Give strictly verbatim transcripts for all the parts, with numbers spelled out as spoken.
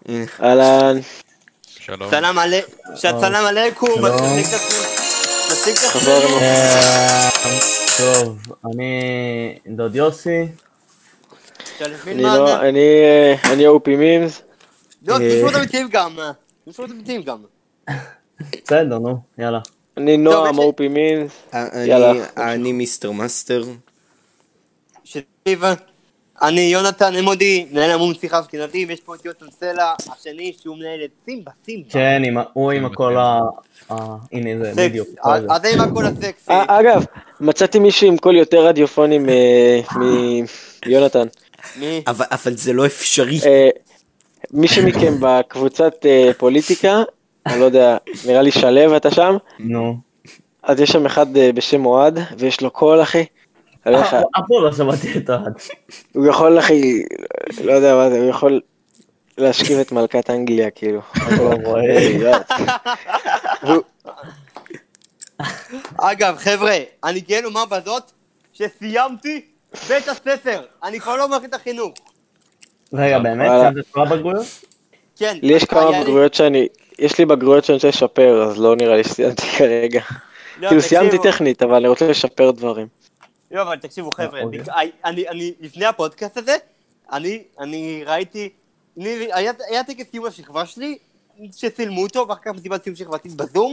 אהלן. שלום. סלאם עליכום. סלאם עליכום. נציג את חזרנו. טוב, אני דוד יוסי. אני לא, אני, אני אופי מימס. לא, תשמעו את המתאים גם. תשמעו את המתאים גם. בסדר, נו, יאללה. אני נועם אופי מימס. אני מיסטר מאסטר. שטיבה. אני יונתן אמודי, מנהל המום שיחה סקינתים, יש פה את יונתן סלע, השני שהוא מנהל את סימבה, סימבה. כן, הוא עם הכל ה... הנה זה, בדיוק. אז זה עם הכל הסקסי. אגב, מצאתי מישהו עם קול יותר רדיופוני מיונתן. מי? אבל זה לא אפשרי. מישהו מכם בקבוצת פוליטיקה, אני לא יודע, נראה לי שלב אתה שם? נו. אז יש שם אחד בשם אוהד, ויש לו קול אחי. אף פה לא שמעתי את אוהד. הוא יכול אחי, לא יודע מה זה, הוא יכול להשכיב את מלכת אנגליה כאילו. אגב חבר'ה, אני גאה לומר בזאת שסיימתי בית הספר, אני כבר לא מערכת החינוך. רגע, באמת? סיימת את כל הבגרויות? כן. לי יש כמה בגרויות שאני, יש לי בגרויות שאני רוצה לשפר, אז לא נראה לי שסיימתי כרגע. כאילו סיימתי טכנית, אבל אני רוצה לשפר דברים. לא, אבל תקשיבו חבר'ה, אני לפני הפודקאסט הזה, אני ראיתי, היה טקס סיום השכבה שלי, שצילמו אותו, ואחר כך מסיבת סיום שכבתית בזום,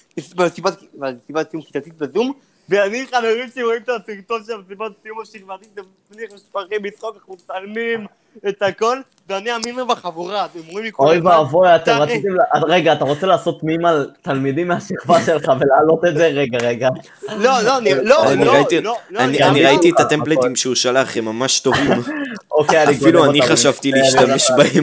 מסיבת סיום כיתתית בזום, ואני חברים שרואים את הסרטון של מסיבת סיום השכבתית, ומניח משפחים מצחוק, אנחנו מצלמים את הכל, ואני המימר בחבורה, אתם אומרים לי כל אוי ואבוי, אתם רציתם, רגע, אתה רוצה לעשות מים על תלמידים מהשכבה שלך ולהעלות את זה? רגע, רגע. לא, לא, לא, לא, לא. אני ראיתי את הטמפלטים שהוא שלח, הם ממש טובים. אוקיי, אפילו אני חשבתי להשתמש בהם.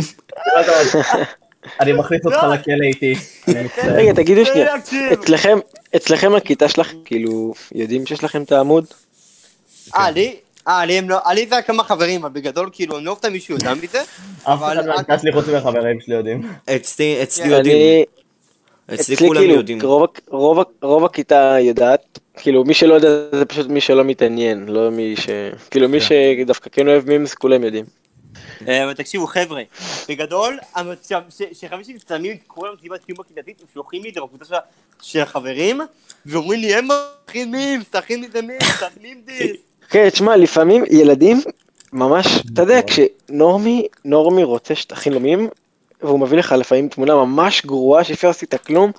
אני מכניס אותך לכלא איתי. רגע, תגידו שנייה, אצלכם, אצלכם הכיתה שלך, כאילו, יודעים שיש לכם את העמוד? אה, לי? אה, לי הם לא, לי זה כמה חברים, אבל בגדול, כאילו, אני לא אופתע מישהו יודע מזה. אף אחד מהכיתה שלי חוץ מהחברים שלי יודעים. אצלי יודעים. אצלי כאילו, רוב הכיתה יודעת, כאילו, מי שלא יודע זה פשוט מי שלא מתעניין, לא מי ש... כאילו, מי שדווקא כן אוהב מימס, כולם יודעים. אבל תקשיבו חבר'ה, בגדול, שחברים שלי מצלמים את כל המסיבת סיום הכיתתית, הם שולחים לי את זה בקבוצה של החברים, ואומרים לי, הם תכין מימס, תכין לי זה מימס, תכין דיס. כן, תשמע, לפעמים ילדים, ממש, אתה יודע, כשנורמי, נורמי רוצה שתכין לו מים, והוא מביא לך לפעמים תמונה ממש גרועה, שאפשר עשית כלום,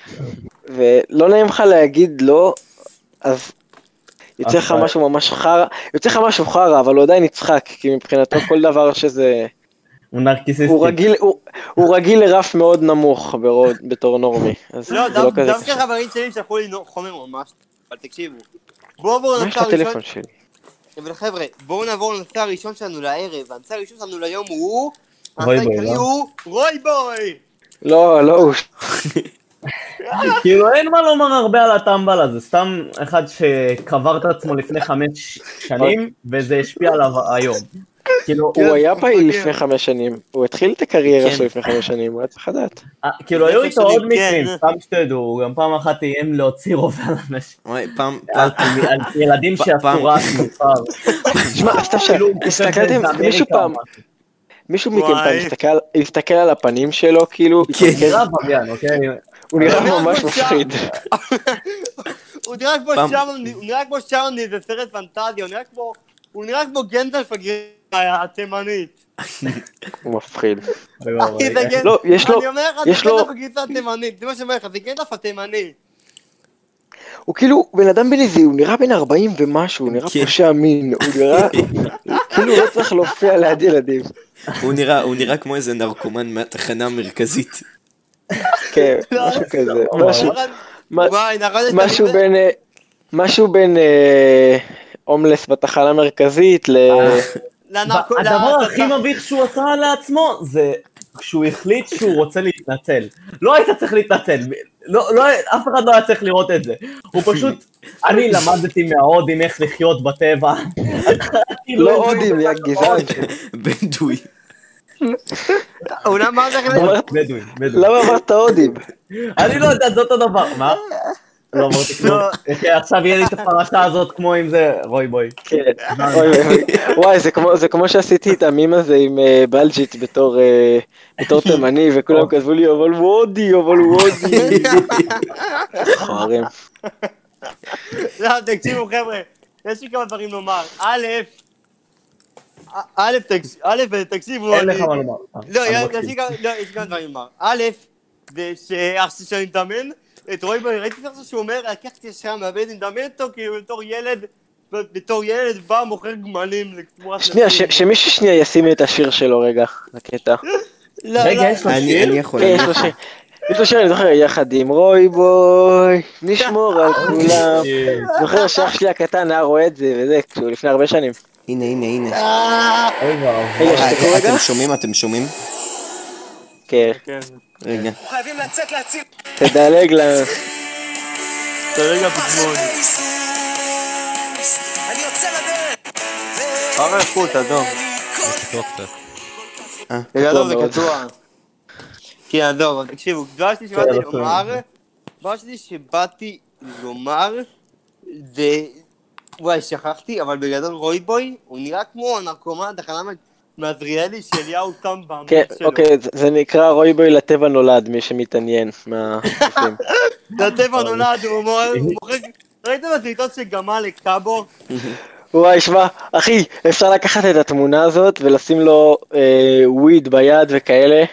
ולא נעים לך להגיד לא, אז... יוצא לך משהו ממש חרא, יוצא לך משהו חרא, אבל הוא עדיין יצחק, כי מבחינתו כל דבר שזה... הוא נרקיסיסטי. הוא רגיל לרף מאוד נמוך בתור נורמי. לא, דווקא חברים שלי שלחו לי חומר ממש, אבל תקשיבו. בואו נעבור לנושא הראשון. מה יש לטלפון שלי? אבל חבר'ה, בואו נעבור לנושא הראשון שלנו לערב, והנושא הראשון שלנו ליום הוא... הנושא העיקרי הוא רוי בוי! לא, לא הוא... כאילו אין מה לומר הרבה על הטמבל הזה, סתם אחד שקבר את עצמו לפני חמש שנים וזה השפיע עליו היום. הוא היה פעיל לפני חמש שנים, הוא התחיל את הקריירה שלו לפני חמש שנים, הוא היה צריך לדעת. כאילו היו איתו עוד מקרים, פעם שתדעו, הוא גם פעם אחת איים להוציא רופא על אנשים. על ילדים שעשו רעש מופר. תשמע, אז הסתכלתם, מישהו פעם, מישהו מכם פעם הסתכל על הפנים שלו, כאילו, הוא נראה ממש מפחיד. הוא נראה כמו שרני, זה סרט פנטזיה, הוא נראה כמו גנדלף התימנית. הוא מפחיד. לא, יש לו... אני אומר לך, זה גנדלף הגרסה התימנית, זה מה שאומר לך, זה גנדלף התימני. הוא כאילו, בן אדם בן איזה, הוא נראה בן ארבעים ומשהו, הוא נראה פושע מין, הוא נראה... כאילו לא צריך להופיע ליד ילדים. הוא נראה כמו איזה נרקומן מהתחנה המרכזית. כן, משהו כזה, משהו בין, משהו בין הומלס בתחנה המרכזית ל... הדבר הכי מביך שהוא עשה לעצמו זה כשהוא החליט שהוא רוצה להתנצל. לא היית צריך להתנצל, אף אחד לא היה צריך לראות את זה. הוא פשוט, אני למדתי מההודים איך לחיות בטבע. לא הודים, יא גזען. בדואי. למה אמרת הודים? אני לא יודע, זאת הדבר, מה? לא אמרתי כלום. עכשיו יהיה לי את הפרשה הזאת כמו עם זה, רוי בוי. כן, וואי, זה כמו שעשיתי את המים הזה עם בלג'יט בתור תימני, וכולם כתבו לי, אבל וודי, אבל וודי. חברים. לא, תקשיבו חבר'ה, יש לי כמה דברים לומר. א', א', תקשיבו. אין לך מה לומר. לא, יש לי כמה דברים לומר. א', זה שאח שאני מתאמן, את רוי בוי, ראיתי עכשיו שהוא אומר, לקחתי ישר מהבית, אני מתאמן אותו כאילו בתור ילד, בתור ילד בא מוכר גמלים לתמורת נשים. שנייה, שמישהו שנייה ישים את השיר שלו רגע, לקטע. רגע, יש לו שיר? אני יכול. יש לו שיר. יש לו שיר, אני זוכר, יחד עם רוי בוי, נשמור על כולם. זוכר שאח שלי הקטן היה רואה את זה וזה, כשהוא לפני הרבה שנים. הנה, הנה, הנה. רגע, אתם שומעים? אתם שומעים? כן. רגע. חייבים לצאת להציל. תדלג לנו. תדלג הפזמון. אני יוצא לדרך. הרי איכות, אדום. בגדול זה קטוע. כן, אדום, תקשיבו, דבר שלי שבאתי לומר, דבר שלי שבאתי לומר, זה... וואי, שכחתי, אבל בגדול רוי בוי, הוא נראה כמו נרקומן, תחנה מעזריאלי שאליהו שם בעמוד כן, שלו. אוקיי, זה נקרא רוי בוי לטבע נולד, מי שמתעניין מהסרטים. לטבע נולד, הוא מוכר... ראיתם הסרטון של גמל לקאבו? וואי, שמע, אחי, אפשר לקחת את התמונה הזאת ולשים לו וויד ביד וכאלה.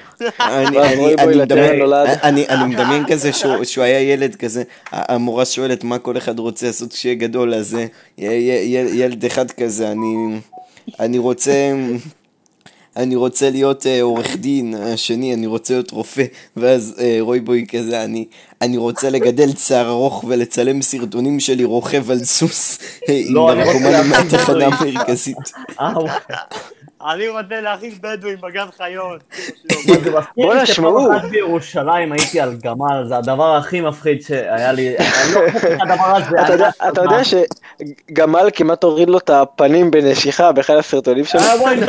אני מדמיין כזה שהוא היה ילד כזה, המורה שואלת מה כל אחד רוצה לעשות כשיהיה גדול, אז ילד אחד כזה, אני רוצה... אני רוצה להיות uh, עורך דין, השני, אני רוצה להיות רופא, ואז uh, רוי בוי כזה, אני, אני רוצה לגדל שיער ארוך ולצלם סרטונים שלי רוכב על סוס, עם נרקומנים מהתחנה המרכזית. אני רוצה להכניס בדואים בגן חיות. בוא נשמעו. בירושלים הייתי על גמל, זה הדבר הכי מפחיד שהיה לי, אתה יודע שגמל כמעט הוריד לו את הפנים בנשיכה באחד הסרטונים שלו.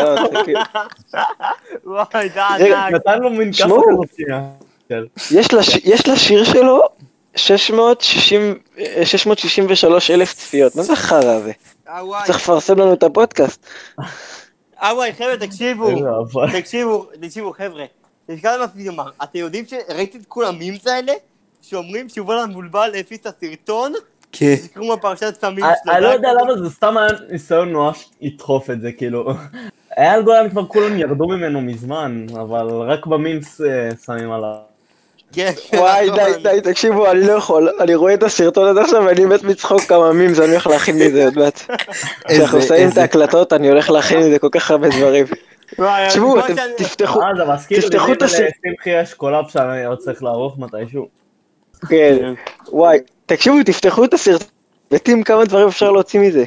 וואי, זה ענק. נתן לו מין כפה כזאת. יש לשיר שלו שש מאות שישים ושלוש אלף צפיות, מה זה החרא הזה? צריך לפרסם לנו את הפודקאסט. אה וואי, חבר'ה, תקשיבו, תקשיבו, תקשיבו, חבר'ה. יש כמה מספיק לומר, אתם יודעים שראיתי את כל המימס האלה? שאומרים שיובל המבולבל הפיץ את הסרטון? כן. שקראו מהפרשת סמים שלו. אני לא יודע למה זה סתם היה ניסיון נואש לדחוף את זה, כאילו. אייל גולן כבר כולם ירדו ממנו מזמן, אבל רק במימס שמים עליו. וואי, די, די, תקשיבו, אני לא יכול, אני רואה את הסרטון הזה עכשיו ואני מת מצחוק כמה מימס, אני הולך להכין מזה עוד מעט. כשאנחנו עושים את ההקלטות, אני הולך להכין מזה כל כך הרבה דברים. תשמעו, תפתחו, תפתחו את הסרטון. שמחי יש קולאפ שאני עוד צריך לערוך מתישהו. כן, וואי, תקשיבו, תפתחו את הסרטון, ותים כמה דברים אפשר להוציא מזה.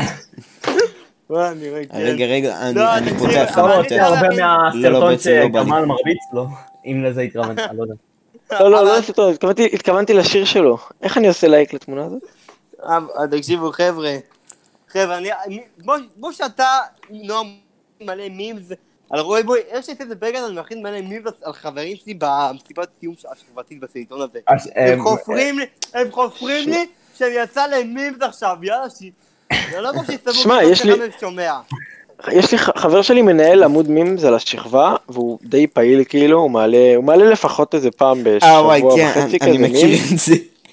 רגע, רגע, אני פותח, אני פותח. הרבה מהסרטון שגמל מרביץ לו, אם לזה התכוונת, אני לא יודע. לא, לא, לא הסרטון, התכוונתי לשיר שלו. איך אני עושה לייק לתמונה הזאת? תקשיבו, חבר'ה. חבר'ה, בוא שאתה נועם מלא מימס על רוי בוי, איך שעשית את זה בגלל, אני מכין מלא מימס על חברים שלי במסיבת סיום השכבתית בסרטון הזה. הם חופרים לי, הם חופרים לי שאני יצא להם מימס עכשיו, יאללה שי. אני לא חושב שיסתבו שמע, יש לי... יש לי חבר שלי מנהל עמוד מימס על השכבה, והוא די פעיל כאילו, הוא מעלה, הוא מעלה לפחות איזה פעם בשבוע וחצי כזה מימס.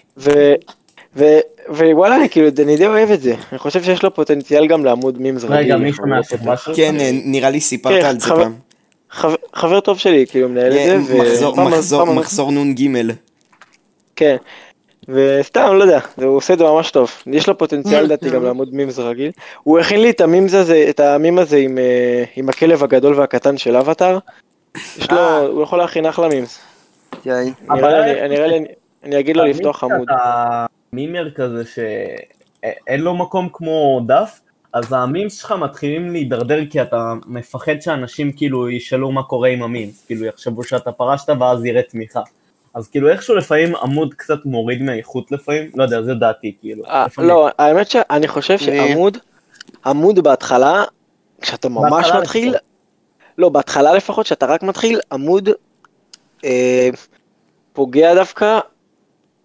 ווואלה, אני כאילו, אני די אוהב את זה. אני חושב שיש לו פוטנציאל גם לעמוד מימס רגיל. רגע, מישהו מהשכבה שלך? כן, נראה לי סיפרת על זה פעם. חבר טוב שלי, כאילו, מנהל את זה. מחזור נון גימל. כן. וסתם, לא יודע, הוא עושה את זה ממש טוב. יש לו פוטנציאל דעתי גם לעמוד מימס רגיל. הוא הכין לי את המימס הזה, את המימס הזה עם הכלב הגדול והקטן של אבטר. יש לו, הוא יכול להכין אחלה מימס. נראה לי, אני אגיד לו לפתוח עמוד. מימר כזה שאין לו מקום כמו דף, אז המימס שלך מתחילים להידרדר כי אתה מפחד שאנשים כאילו ישאלו מה קורה עם המימס, כאילו יחשבו שאתה פרשת ואז יראה תמיכה. אז כאילו איכשהו לפעמים עמוד קצת מוריד מהאיכות לפעמים, לא יודע, זה דעתי כאילו. לא, האמת שאני חושב שעמוד, עמוד בהתחלה, כשאתה ממש מתחיל, לא, בהתחלה לפחות, כשאתה רק מתחיל, עמוד פוגע דווקא,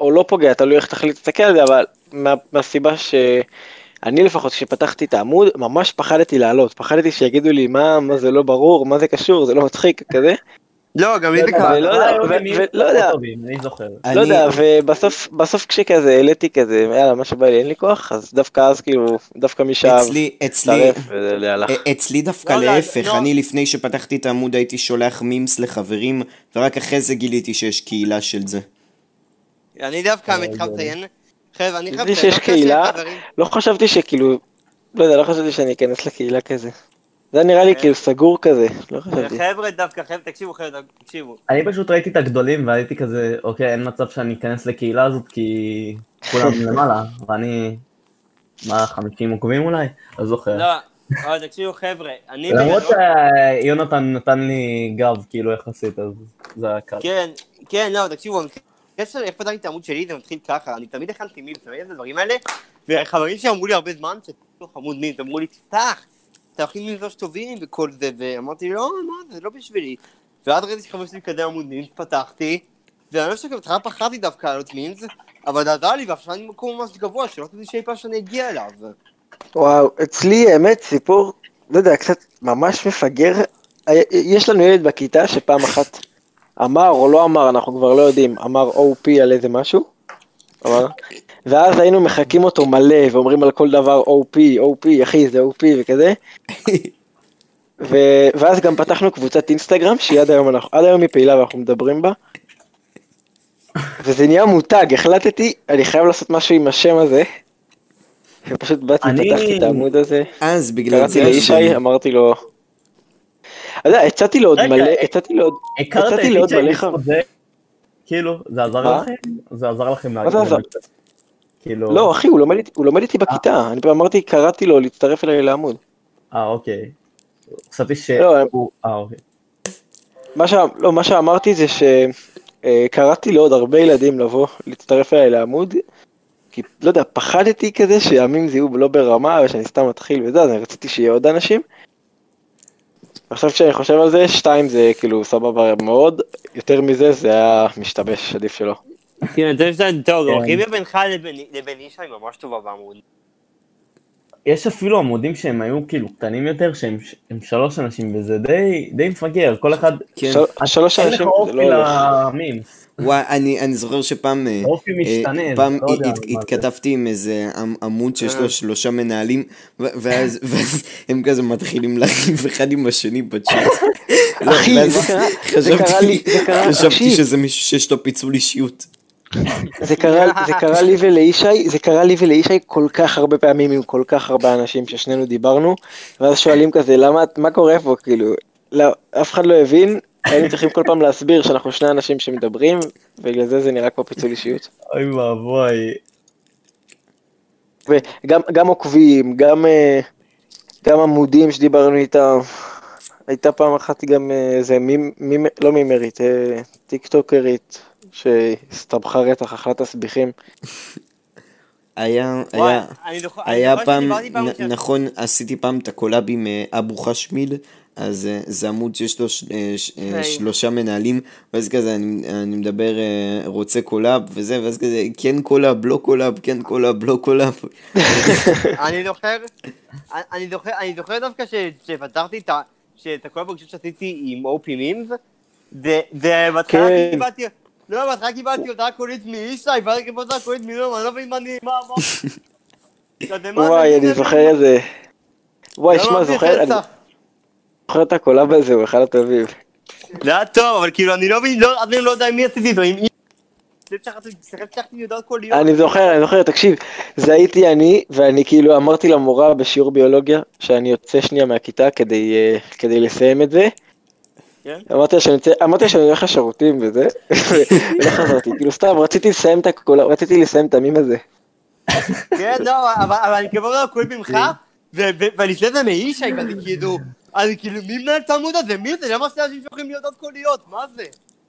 או לא פוגע, תלוי איך תחליט להסתכל על זה, אבל מה, מהסיבה שאני לפחות כשפתחתי את העמוד, ממש פחדתי לעלות, פחדתי שיגידו לי מה, מה זה לא ברור, מה זה קשור, זה לא מצחיק, כזה. לא, גם לי זה קרה. ולא יודע, ולא יודע, אני זוכר. לא יודע, ובסוף, בסוף כשכזה העליתי כזה, יאללה, מה שבא לי, אין לי כוח, אז דווקא אז כאילו, דווקא מי שאהב, אצלי, אצלי, וזה הלך. אצלי דווקא לא, לא, להפך, לא. אני לפני שפתחתי את העמוד הייתי שולח מימס לחברים, ורק אחרי זה גיליתי שיש קהילה של זה. אני דווקא מתחם לציין. חבר'ה, אני חייב חשבתי שיש קהילה, לא חשבתי שכאילו, לא יודע, לא חשבתי שאני אכנס לקהילה כזה. זה נראה לי כאילו סגור כזה, לא חשבתי. חבר'ה דווקא, חבר'ה, תקשיבו, חבר'ה, תקשיבו. אני פשוט ראיתי את הגדולים והייתי כזה, אוקיי, אין מצב שאני אכנס לקהילה הזאת כי כולם למעלה, ואני, מה, חמישים עוקבים אולי? לא זוכר. לא, אבל תקשיבו, חבר'ה, אני... למרות שיונתן נתן לי גב, כאילו, יחסית, אז זה היה קל. כן, כן, לא, תקשיבו, קשר, איך פתחתי את העמוד שלי, זה מתחיל ככה, אני תמיד הכנתי מימס, תמיד את הדברים האלה, וחברים שאמרו לי הרבה זמן, שתוך עמוד מימס, אמרו לי, תפתח, אתה הכי מימס טובים וכל זה, ואמרתי, לא, מה, זה לא בשבילי. ועד ראיתי שחבר שלי מקדם עמוד מימס, פתחתי, ואני חושב שבתחילה פחדתי דווקא לעלות מימס, אבל זה עזר לי, ועכשיו אני במקום ממש גבוה, שלא תדעי שאי פעם שאני אגיע אליו. וואו, אצלי האמת סיפור, לא יודע, קצת ממש מפגר, יש לנו ילד בכיתה שפעם אחת אמר או לא אמר, אנחנו כבר לא יודעים, אמר או פי על איזה משהו, אמר, ואז היינו מחכים אותו מלא ואומרים על כל דבר או פי, או פי, אחי זה או פי וכזה, ו... ואז גם פתחנו קבוצת אינסטגרם שהיא עד היום, אנחנו, עד היום היא פעילה ואנחנו מדברים בה, וזה נהיה מותג, החלטתי, אני חייב לעשות משהו עם השם הזה, ופשוט באתי, אני... פתחתי את העמוד הזה, אז בגלל קראתי זה לאישי, אמרתי לו, אתה יודע, הצעתי לו עוד מלא, הצעתי לו עוד, הכרת את הצעתי לו עוד מלא איצ'י חבר. זה? כאילו, זה עזר מה? לכם? זה עזר לכם מה זה עזר? כאילו... לא, אחי, הוא לומד איתי- הוא לומד איתי בכיתה, אני פעם אמרתי, קראתי לו להצטרף אליי לעמוד. אה, אוקיי. חשבתי ש... לא, הוא- אה, אוקיי. מה שה- לא, מה שאמרתי זה שקראתי לעוד הרבה ילדים לבוא, להצטרף אליי לעמוד, כי, לא יודע, פחדתי כזה שהימים זה יהיו לא ברמה, ושאני סתם מתחיל וזה, אז אני רציתי שיהיה עוד אנשים. עכשיו כשאני חושב על זה, שתיים זה כאילו סבבה מאוד, יותר מזה זה היה משתבש, עדיף שלא. כן, אני חושב שזה טוב, כן. הכימיה בינך לבין- לבין אישה היא ממש טובה בעמוד. יש אפילו עמודים שהם היו כאילו קטנים יותר, שהם הם שלוש אנשים, וזה די די מפגר, כל אחד... כן. של- שלוש אין לך אנשים, זה אופי לא הולך. למימס. וואי, אני, אני זוכר שפעם, אה, האופי אה, משתנה, פעם לא יודע הת- מה זה. התכתבתי עם איזה עמ- עמוד שיש לו שלושה מנהלים, ו- ואז, ואז הם כזה מתחילים לריב אחד עם השני בצ'אט. לא, אחי, ואז זה קרה- זה חשבתי- קרה לי, זה קרה, חשבתי תקשיב. שזה מישהו שיש לו פיצול אישיות. זה קרה, זה קרה לי ולישי, זה קרה לי ולישי כל כך הרבה פעמים עם כל כך הרבה אנשים ששנינו דיברנו, ואז שואלים כזה, למה, מה קורה פה, כאילו, לא, אף אחד לא הבין, היינו צריכים כל פעם להסביר שאנחנו שני אנשים שמדברים, ובגלל זה זה נראה כמו פיצול אישיות. אוי ואבוי. וגם גם עוקבים, גם, אה, גם עמודים שדיברנו איתם, הייתה פעם אחת גם איזה מימ, מימ, לא מימרית, אה, טיק טוקרית, שהסתבכה רתח אחת הסביכים. היה, וואי, היה, אני זוכר- אני היה זוכר פעם, שדיברתי פעם נ- ש- נכון, עשיתי פעם את הקולאב עם אה, אבו חשמיל, אז אה, זה עמוד שיש לו ש- אה, ש- אה, היי. שלושה מנהלים, ואז כזה אני, אני מדבר, אה, רוצה קולאב וזה, ואז כזה, כן קולאב, לא קולאב, כן קולאב, לא קולאב. אני זוכר, אני- אני זוכר, אני זוכר דווקא ש- שפתחתי את ה... שאת הכל הפגישות שעשיתי עם אופי מימס, זה, זה, בהתחלה כן. קיבלתי, לא, בהתחלה קיבלתי אותה קולית מאישי, ואז קיבלתי אותה קולית מנום, אני לא מבין מה אני, מה, מה, אתה יודע מה זה, וואי, מי אני זה, זוכר מי- את זה. וואי, לא שמע, מבין זוכר, אני חצה. זוכר את הקולאב הזה, הוא אחד הטובים. זה היה טוב, אבל כאילו, אני לא מבין, לא, עד היום לא יודע עם מי עשיתי איתו, עם איש, שחקתי יודעת כל יום. אני זוכר, אני זוכר, תקשיב, זה הייתי אני, ואני כאילו אמרתי למורה בשיעור ביולוגיה, שאני יוצא שנייה מהכיתה כדי, אה, כדי לסיים את זה. כן? אמרתי לה שאני יוצא- אמרתי לה שאני הולך לשירותים וזה, ולא חזרתי, כאילו סתם, רציתי לסיים את הקולאב, רציתי לסיים את המים הזה. כן, לא, אבל אבל אני כבר לא קולט ממך, ו- ו- ולפני זה מאישי, ואני כאילו, אני כאילו, מי מנהל את העמוד הזה? מי זה? למה שני אנשים שיכולים להיות עוד קוליות? מה זה?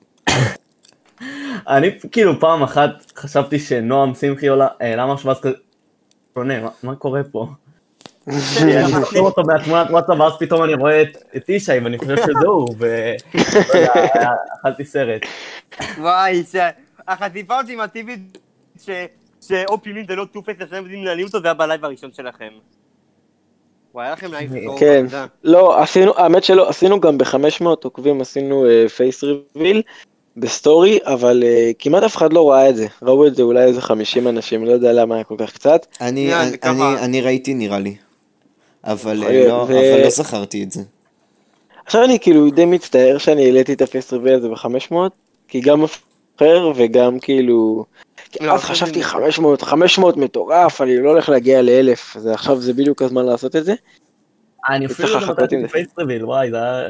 אני כאילו פעם אחת חשבתי שנועם שמחי עולה, העלה משהו ואז כזה, שונה, מה- מה קורה פה? אני חושב אותו מהתמונת וואטסאפ ואז פתאום אני רואה את- את אישי ואני חושב שזהו, ואכלתי סרט. וואי, זה- החשיפה האולטימטיבית ש... שאו פימים זה לא טופס, אתם יודעים להעלים אותו, זה היה בלייב הראשון שלכם. וואי, היה לכם לייב טוב. כן, לא, עשינו, האמת שלא, עשינו גם ב-חמש מאות עוקבים, עשינו פייס ריביל בסטורי, אבל uh, כמעט אף אחד לא ראה את זה. ראו את זה אולי איזה חמישים אנשים, לא יודע למה היה כל כך קצת. אני, אני, אני, אני ראיתי נראה לי, אבל ו... לא, אבל לא זכרתי את זה. עכשיו אני כאילו די מצטער שאני העליתי את הפייס ריביל הזה ב-חמש מאות, כי גם מפחר וגם כאילו... אז חשבתי חמש מאות, חמש מאות מטורף, אני לא הולך להגיע ל-אלף, עכשיו זה בדיוק הזמן לעשות את זה. אני אפילו לא נתתי את פייס ריביל, וואי, זה היה...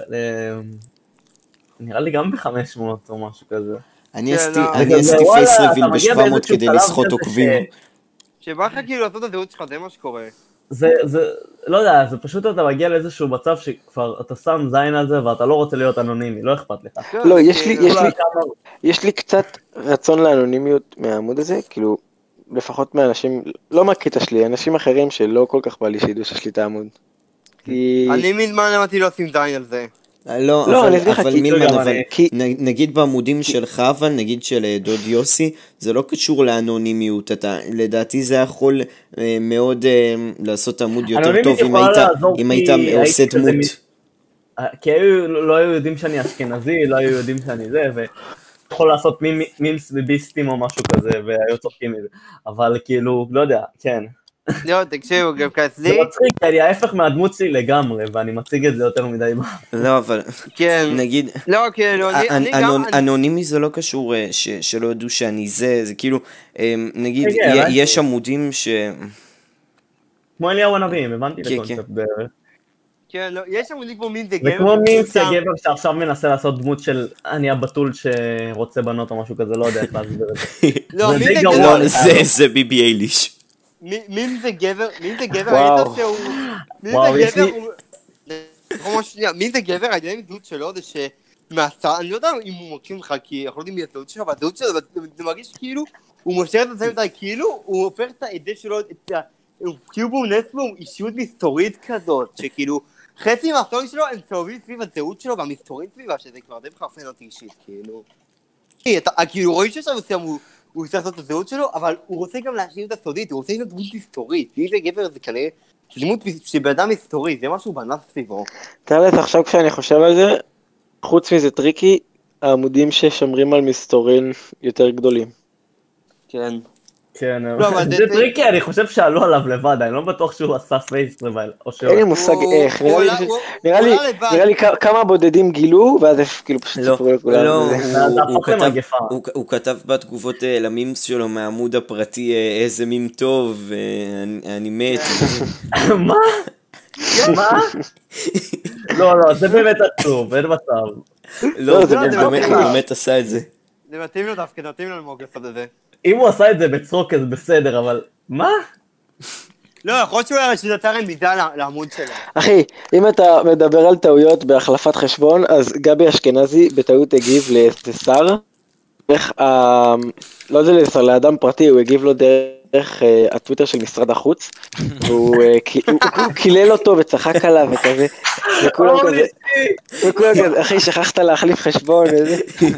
נראה לי גם ב-חמש מאות או משהו כזה. אני עשיתי פייס ריביל ב-שבע מאות כדי לסחוט עוקבים. שבא לך כאילו לעשות את הזהות שלך, זה מה שקורה. זה, זה, לא יודע, זה פשוט אתה מגיע לאיזשהו מצב שכבר אתה שם זין על זה ואתה לא רוצה להיות אנונימי, לא אכפת לך. לא, יש לי, יש לי, יש לי קצת רצון לאנונימיות מהעמוד הזה, כאילו, לפחות מאנשים, לא מהקטע שלי, אנשים אחרים שלא כל כך בא לי שידעו שיש לי את העמוד. אני מזמן אמרתי לא שים זין על זה. לא, אבל מילמן, אבל נגיד בעמודים שלך, אבל נגיד של דוד יוסי, זה לא קשור לאנונימיות, לדעתי זה יכול מאוד לעשות עמוד יותר טוב אם היית עושה דמות. כי לא היו יודעים שאני אשכנזי, לא היו יודעים שאני זה, ויכול לעשות מימס וביסטים או משהו כזה, והיו צוחקים מזה, אבל כאילו, לא יודע, כן. לא, תקשיבו, גם כעצלי... זה מצחיק, אני ההפך מהדמות שלי לגמרי, ואני מציג את זה יותר מדי. לא, אבל... כן. נגיד... לא, כן, אני גם... אנונימי זה לא קשור שלא ידעו שאני זה, זה כאילו... נגיד, יש עמודים ש... כמו אליהו הנביא, הבנתי את הקונספט בערך. כן, לא, יש עמודים כמו מין זה גבר... זה כמו מין זה גבר שעכשיו מנסה לעשות דמות של אני הבתול שרוצה בנות או משהו כזה, לא יודע איך להסביר את זה. לא, מין זה גבר... זה ביבי אייליש. מין זה גבר, מין זה גבר, היית שהוא... מין זה גבר הוא... מין זה גבר, היית עם זהות שלו, זה שמעשה, אני לא יודע אם הוא מרגיש ממך, כי אנחנו לא יודעים מי הזהות שלו, אבל הזהות שלו, זה מרגיש כאילו, הוא מושך את עצמם מדי, כאילו, הוא הופך את זה שלו, כאילו הוא נס לו אישיות מסתורית כזאת, שכאילו, חצי מהסטורים שלו הם צהובים סביב הזהות שלו, והמסתורית סביבה, שזה כבר די מחרפן אותי אישית, כאילו. כאילו, רואים ששם מסוים הוא... הוא רוצה לעשות את הזהות שלו, אבל הוא רוצה גם להשאיר את הסודית, הוא רוצה להיות דמות היסטורית. מי זה גבר זה כנראה דמות שבאדם היסטורי, זה משהו בנס סביבו. תאלת, עכשיו כשאני חושב על זה, חוץ מזה טריקי, העמודים ששומרים על מסתורין יותר גדולים. כן. כן, זה טריקי, אני חושב שעלו עליו לבד, אני לא בטוח שהוא עשה פייס ריביל. אין לי מושג איך, נראה לי כמה בודדים גילו, ואז כאילו פשוט סיפרו לכולם. לא, הוא כתב בתגובות למימס שלו מהעמוד הפרטי איזה מים טוב, אני מת. מה? מה? לא, לא, זה באמת עצוב, אין מצב. לא, זה באמת עשה את זה. זה מתאים לו דווקא, מתאים לו למוג לעשות את זה. אם הוא עשה את זה בצחוק, אז בסדר, אבל... מה? לא, יכול להיות שהוא היה שיטת רמיזה לעמוד שלו. אחי, אם אתה מדבר על טעויות בהחלפת חשבון, אז גבי אשכנזי בטעות הגיב לשר, איך, לא יודע לשר, לאדם פרטי, הוא הגיב לו דרך הטוויטר של משרד החוץ, והוא קילל אותו וצחק עליו וכזה, וכולם כזה, וכולם כזה, אחי, שכחת להחליף חשבון, וזה.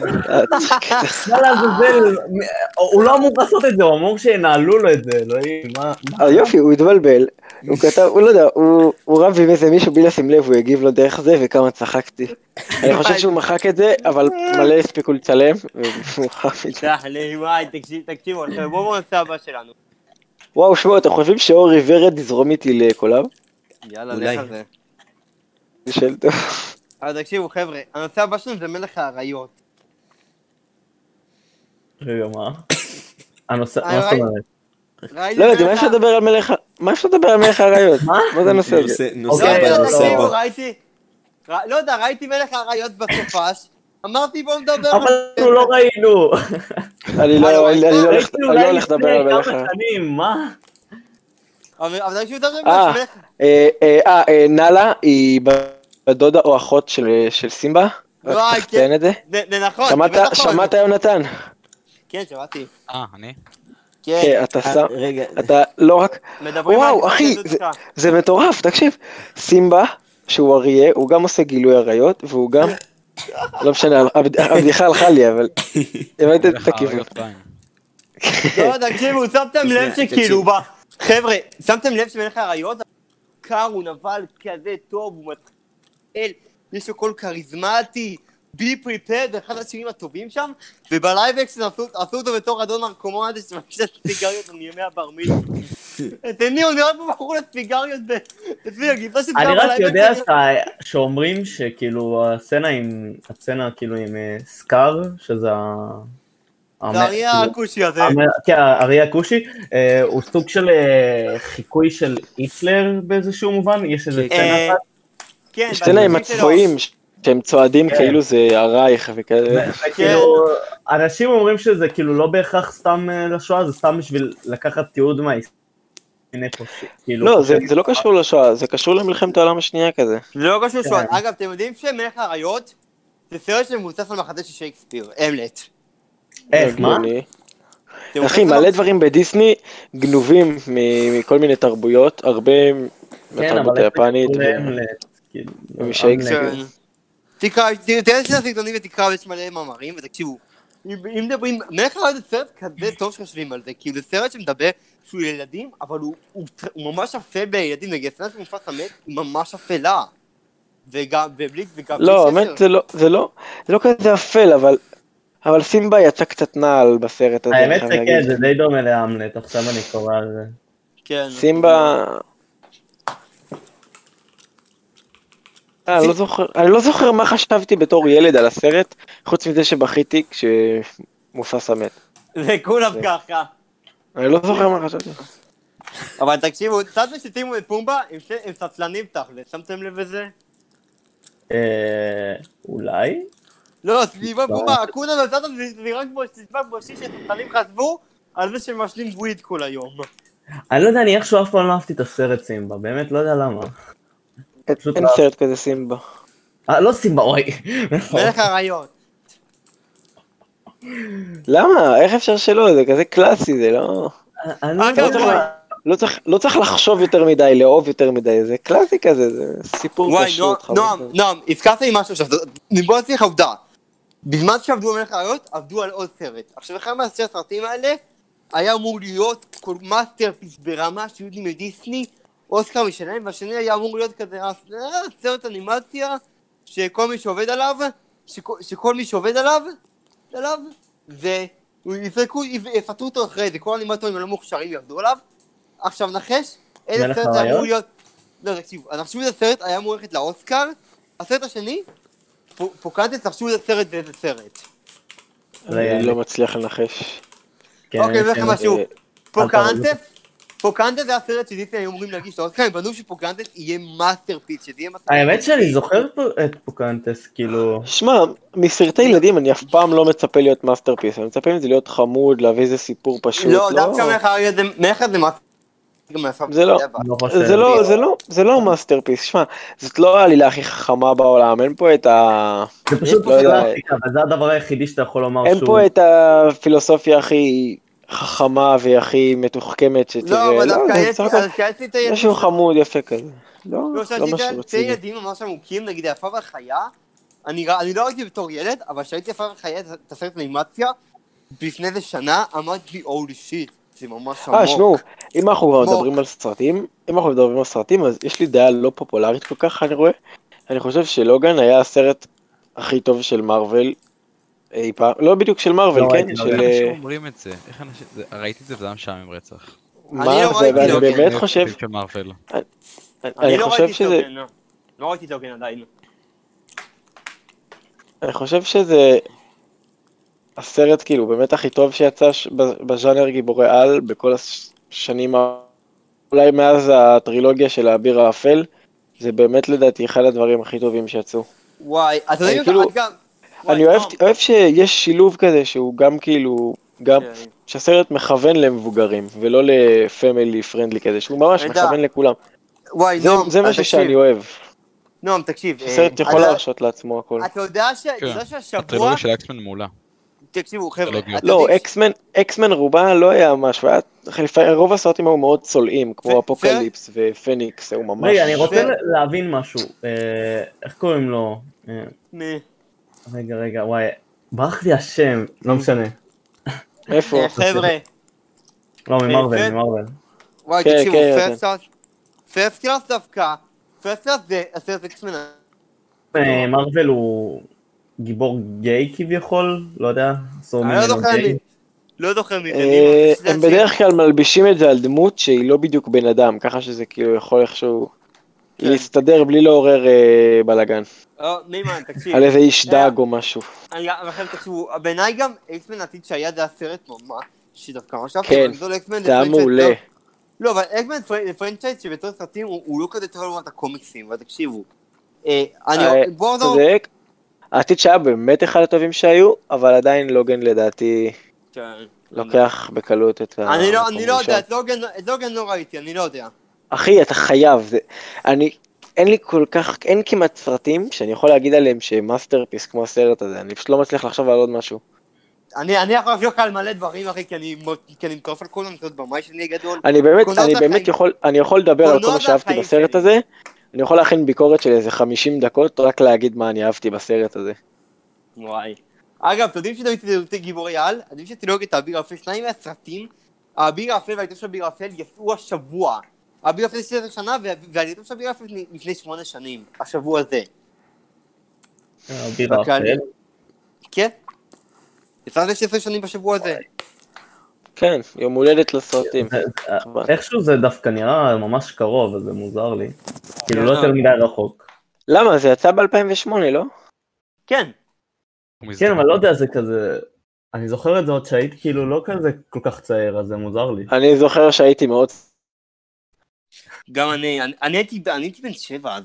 הוא לא אמור לעשות את זה, הוא אמור שינהלו לו את זה, לא יופי, הוא התבלבל, הוא כתב, הוא לא יודע, הוא רב עם איזה מישהו בלי לשים לב, הוא הגיב לו דרך זה, וכמה צחקתי. אני חושב שהוא מחק את זה, אבל מלא הספיקו לצלם, והוא חף את זה. וואי, תקשיבו, בואו בואו נעשה הבא שלנו. וואו, שמעו, אתם חושבים שאורי ורד יזרום איתי לקולב? יאללה, לך על זה. זה שאל טוב. אבל תקשיבו, חבר'ה, הנושא הבא שלנו זה מלך האריות. רגע, מה? הנושא, מה זאת אומרת? לא יודעת, מה אפשר לדבר על מלך... מה אפשר לדבר על מלך האריות? מה? מה זה הנושא הזה? נושא הבא, נושא הבא. ראיתי... לא יודע, ראיתי מלך האריות בסופש, אמרתי בואו נדבר... אבל אנחנו לא ראינו. אני לא הולך לדבר על מלך האריות. מה? אבל אני חושב לדבר אה, נאלה היא בדודה או אחות של סימבה? וואי, כן, זה נכון. שמעת יונתן? כן, שמעתי. אה, אני? כן. אתה שם, אתה לא רק... וואו, אחי, זה מטורף, תקשיב. סימבה, שהוא אריה, הוא גם עושה גילוי אריות, והוא גם... לא משנה, הבדיחה הלכה לי, אבל... הבנת את הכיוון. לא, תקשיבו, שמתם לב שכאילו, חבר'ה, שמתם לב שמלך האריות, קר, הוא נבל כזה טוב, הוא מתחיל, יש לו קול כריזמטי, בי פריפד, אחד השירים הטובים שם, ובלייב אקשן עשו אותו בתור אדון נרקומן הזה שמקשיב סיגריות מימי הבר מצווה. תני, הוא נראה פה בחור לסיגריות בגיפה של אני רק יודע שאומרים שכאילו הסצנה עם, הסצנה כאילו עם סקאר, שזה זה אריה הכושי הזה. כן, האריה הכושי, הוא סוג של חיקוי של היטלר באיזשהו מובן, יש איזה סצנה אחת. כן, סצנה עם הצבועים שהם צועדים כאילו זה הרייך וכאלה. וכאילו, אנשים אומרים שזה כאילו לא בהכרח סתם לשואה, זה סתם בשביל לקחת תיעוד מההיסטוריה. לא, זה לא קשור לשואה, זה קשור למלחמת העולם השנייה כזה. זה לא קשור לשואה. אגב, אתם יודעים שמלך האריות זה סרט שמבוסס על מחזה של שייקספיר, המלט. איך, מה? אחי, מלא דברים בדיסני גנובים מכל מיני תרבויות, הרבה מהתרבות היפנית ומשיקספיר. תקרא, תראה את הסרטונים ותקרא, יש מלא מאמרים, ותקשיבו, אם מדברים, מלך האריות זה סרט כזה טוב שחושבים על זה, כאילו זה סרט שמדבר שהוא ילדים, אבל הוא ממש אפל בילדים, נגיד, הסצנה של מופס המת היא ממש אפלה. וגם, ובלי, וגם... לא, האמת, זה לא כזה אפל, אבל... אבל סימבה יצא קצת נעל בסרט הזה. האמת שכן, זה די דומה להמלט, עכשיו אני קורא על זה. כן. סימבה... אני לא זוכר, אני לא זוכר מה חשבתי בתור ילד על הסרט, חוץ מזה שבכיתי כשמופס המת. זה כולם ככה. אני לא זוכר מה חשבתי. אבל תקשיבו, צד ושתימו את פומבה, הם סצלנים תכל'ס, שמתם לב לזה? אולי? לא, סביבה פומבה, הכונה בצד הזה, זה רק סביבה בושי שסצלנים חשבו על זה שהם משלים וויד כל היום. אני לא יודע, אני איכשהו אף פעם לא אהבתי את הסרט סימבה, באמת לא יודע למה. אין סרט כזה סימבה. אה, לא סימבה, אוי. מלך האריות. למה? איך אפשר שלא? זה כזה קלאסי, זה לא... לא צריך לחשוב יותר מדי, לאהוב יותר מדי, זה קלאסי כזה, זה סיפור פשוט. וואי, נועם, נועם, הזכרת לי משהו עכשיו, בוא נצליח עובדה. בזמן שעבדו על מלך האריות, עבדו על עוד סרט. עכשיו, אחד מהסרטים הסרטים האלה, היה אמור להיות כל מאסטרפיס ברמה שיהיו מדיסני, אוסקר משלהם, והשני היה אמור להיות כזה סרט אנימציה, שכל מי שעובד עליו, שכל מי שעובד עליו, עליו, ויפרקו, יפטרו אותו אחרי זה, כל האנימטורים הלא מוכשרים יעבדו עליו. עכשיו נחש, איזה סרט היה אמור להיות... לא, תקשיבו, נחשו איזה סרט היה אמור ללכת לאוסקר, הסרט השני, פוקנטס, נחשו איזה סרט ואיזה סרט. אני לא מצליח לנחש. אוקיי, זה לכם משהו. פוקנטס, פוקנטס זה הסרט שדיסני היו אמורים להגיש לאוסקר, הם בנו שפוקנטס יהיה מאסטרפיס, שזה יהיה מאסטרפיס. האמת שאני זוכר את פוקנטס, כאילו... שמע, מסרטי ילדים אני אף פעם לא מצפה להיות מאסטרפיס, אני מצפה מזה להיות חמוד, להביא איזה סיפור פשוט. לא, דווקא מאחד זה מאסטרפיס. זה לא, זה לא, זה לא, זה לא מאסטרפיס, שמע, זאת לא העלילה הכי חכמה בעולם, אין פה את ה... זה פשוט פילוסופיה, וזה הדבר היחידי שאתה יכול לומר שהוא... אין פה את הפילוסופיה הכי חכמה והכי מתוחכמת שתראה, לא, אבל דווקא יש לי את הילדים... משהו חמוד יפה כזה, לא, לא משהו רציני. שתי ילדים ממש עמוקים, נגיד היפה והחיה, אני לא ראיתי בתור ילד, אבל שהייתי יפה והחיה את הסרט אנימציה, לפני איזה שנה אמרתי, אולי שיט. זה ממש עמוק. אה, שמעו, אם אנחנו כבר מדברים על סרטים, אם אנחנו מדברים על סרטים, אז יש לי דעה לא פופולרית כל כך, אני רואה. אני חושב שלוגן היה הסרט הכי טוב של מארוול אי פעם, לא בדיוק של מארוול, כן? של... אנשים אומרים את זה, איך אנשים... ראיתי את זה, זה היה משעמם רצח. מה, ואני באמת חושב... אני לא ראיתי את לוגן, לא ראיתי את לוגן עדיין. אני חושב שזה... הסרט כאילו באמת הכי טוב שיצא בז'אנר גיבורי על בכל השנים, אולי מאז הטרילוגיה של האביר האפל, זה באמת לדעתי אחד הדברים הכי טובים שיצאו. וואי, אז אני גם... אני אוהב שיש שילוב כזה שהוא גם כאילו, גם שהסרט מכוון למבוגרים ולא לפמילי פרנדלי כזה, שהוא ממש מכוון לכולם. זה משהו שאני אוהב. נועם, תקשיב. הסרט יכול להרשות לעצמו הכל. אתה יודע שהשבוע... הטרילוגיה של אקסמן מעולה. תקשיבו, חבר'ה. לא, אקסמן רובה לא היה משהו, רוב הסרטים היו מאוד צולעים, כמו אפוקליפס ופניקס, הוא ממש... רגע, אני רוצה להבין משהו, איך קוראים לו? מי? רגע, רגע, וואי, ברח לי השם, לא משנה. איפה? אה, חבר'ה, לא, ממרוויל, כן. ממרוויל. וואי, כן, תקשיבו, כן, פרסט קלאס, פרסט קלאס דווקא, פרסט קלאס זה הסרט אקסמן. אה, מרוויל הוא גיבור גיי כביכול, לא יודע, עשו אני לא ממנו זוכר גיי. מי, לא זוכר מי, זה אה, נימה. הם בדרך כלל מלבישים את זה על דמות שהיא לא בדיוק בן אדם, ככה שזה כאילו יכול איכשהו כן. להסתדר בלי לעורר אה, בלאגן. לא, נימה, תקשיב. על איזה איש אה, דג או משהו. אני גם, לכם תקשיבו, בעיניי גם אקסמן העתיד שהיה זה הסרט ממש, שדווקא ממש אהבתי, כן, אבל גדול אקסמן זה היה פרנצ'ייז מעולה. לא- לא, אבל אקסמן זה פרנצ'ייז שבתור סרטים הוא הוא לא כזה טוב לעומת הקומיקסים, אבל תקשיבו. אה, אה, אני, בואו נור... צודק. העתיד שהיה באמת אחד הטובים שהיו, אבל עדיין לוגן לדעתי לוקח בקלות את ה... אני לא, אני לא המושב. יודע, את לוגן, את לוגן לא ראיתי, אני לא יודע. אחי, אתה חייב. זה... אני... אין לי כל כך, אין כמעט סרטים שאני יכול להגיד עליהם שהם מאסטרפיס כמו הסרט הזה, אני פשוט לא מצליח לחשוב על עוד משהו. אני, אני יכול לחשוב על מלא דברים, אחי, כי אני, כי אני מטורף על כל המצוות במאי שלי גדול. אני באמת, קולנוע אני זה באמת החיים. יכול, אני יכול לדבר על כל קולנוע מה זה שאהבתי החיים בסרט שלי. הזה, אני יכול להכין ביקורת של איזה חמישים דקות, רק להגיד מה אני אהבתי בסרט הזה. וואי. אגב, אתם יודעים שתמיד תדעו גיבורי על? אתם יודעים שתדעו את האביר האפל, שניים מהסרטים, האביר האפל והעיתון של האביר האפל יצאו השבוע. האביר האפל שש עשרה שנה, והעיתון של האביר האפל לפני שמונה שנים, השבוע הזה. אביר האפל. כן? יצא זה שש עשרה שנים בשבוע הזה. כן, יום הולדת לסרטים. זה- חבל. איכשהו זה דווקא נראה ממש קרוב, אז זה מוזר לי. כאילו לא כן. יותר מדי רחוק. למה? זה יצא ב-אלפיים ושמונה, לא? כן. כן, אבל לא יודע, זה כזה... אני זוכר את זה עוד שהיית כאילו לא כזה כל כך צעיר, אז זה מוזר לי. אני זוכר שהייתי מאוד... גם אני, אני, אני הייתי, אני הייתי בן שבע אז.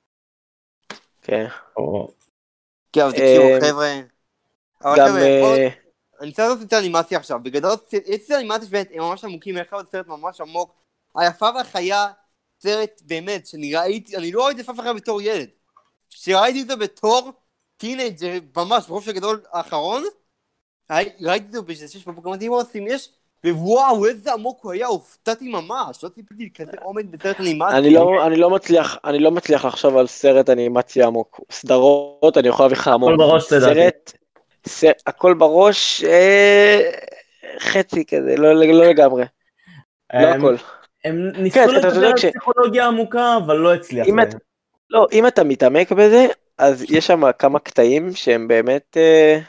כן. או- כן, אבל תקשיבו, אה, חבר'ה. אבל גם... חבר'ה, בואו- אה, אני רוצה לעשות את האנימציה עכשיו, בגדול, יש את האנימציה שבאמת, הם ממש עמוקים, איך עוד סרט ממש עמוק, היפה והחיה, סרט באמת, שאני ראיתי, אני לא ראיתי יפה והחיה בתור ילד, כשראיתי את זה בתור טינג'ר, ממש, ברוב הגדול האחרון, ראי- ראיתי את זה באיזה שש בבוקר, אמרתי, מה עושים יש? ווואו, איזה עמוק הוא היה, הופתעתי ממש, לא ציפיתי כזה עומד בסרט אנימציה. אני לא, אני לא מצליח, אני לא מצליח לחשוב על סרט אנימציה עמוק. סדרות, אני יכול להביא לך המון. הכל בראש, לדעתי. סרט, סרט, הכל בראש, אה, חצי כזה, לא, לא לגמרי. לא הם- הכל. הם כן, ניסו אתה לדבר צודק על ש- פסיכולוגיה עמוקה, אבל לא הצליח אם להם. את- לא, אם אתה מתעמק בזה, אז יש שם כמה קטעים שהם באמת, אה,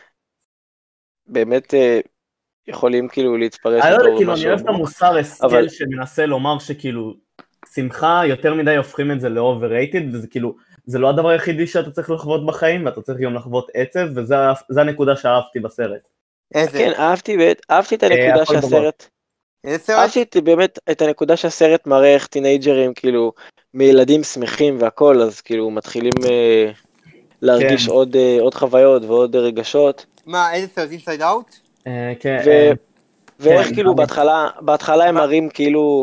באמת אה, יכולים כאילו להתפרש אני לא יודע, בתור כאילו, אני משהו אוהב את עמוק. המוסר השכל אבל- שמנסה לומר שכאילו, שמחה יותר מדי הופכים את זה ל-overrated, וזה כאילו, זה לא הדבר היחידי שאתה צריך לחוות בחיים, ואתה צריך גם לחוות עצב, וזה הנקודה שאהבתי בסרט. איזה? כן, אהבתי, באמת- אהבתי את הנקודה הכל בראש. שהסרט, איזה סרט? אהבתי את- באמת את הנקודה שהסרט מראה איך טינג'רים כאילו מילדים שמחים והכל, אז כאילו מתחילים אה, להרגיש כן. עוד, אה, עוד חוויות ועוד רגשות, מה, איזה סרט? אינסייד אאוט? אה, כן, ו- אה, ואיך כן, כאילו אני- בהתחלה, בהתחלה הם מראים כאילו,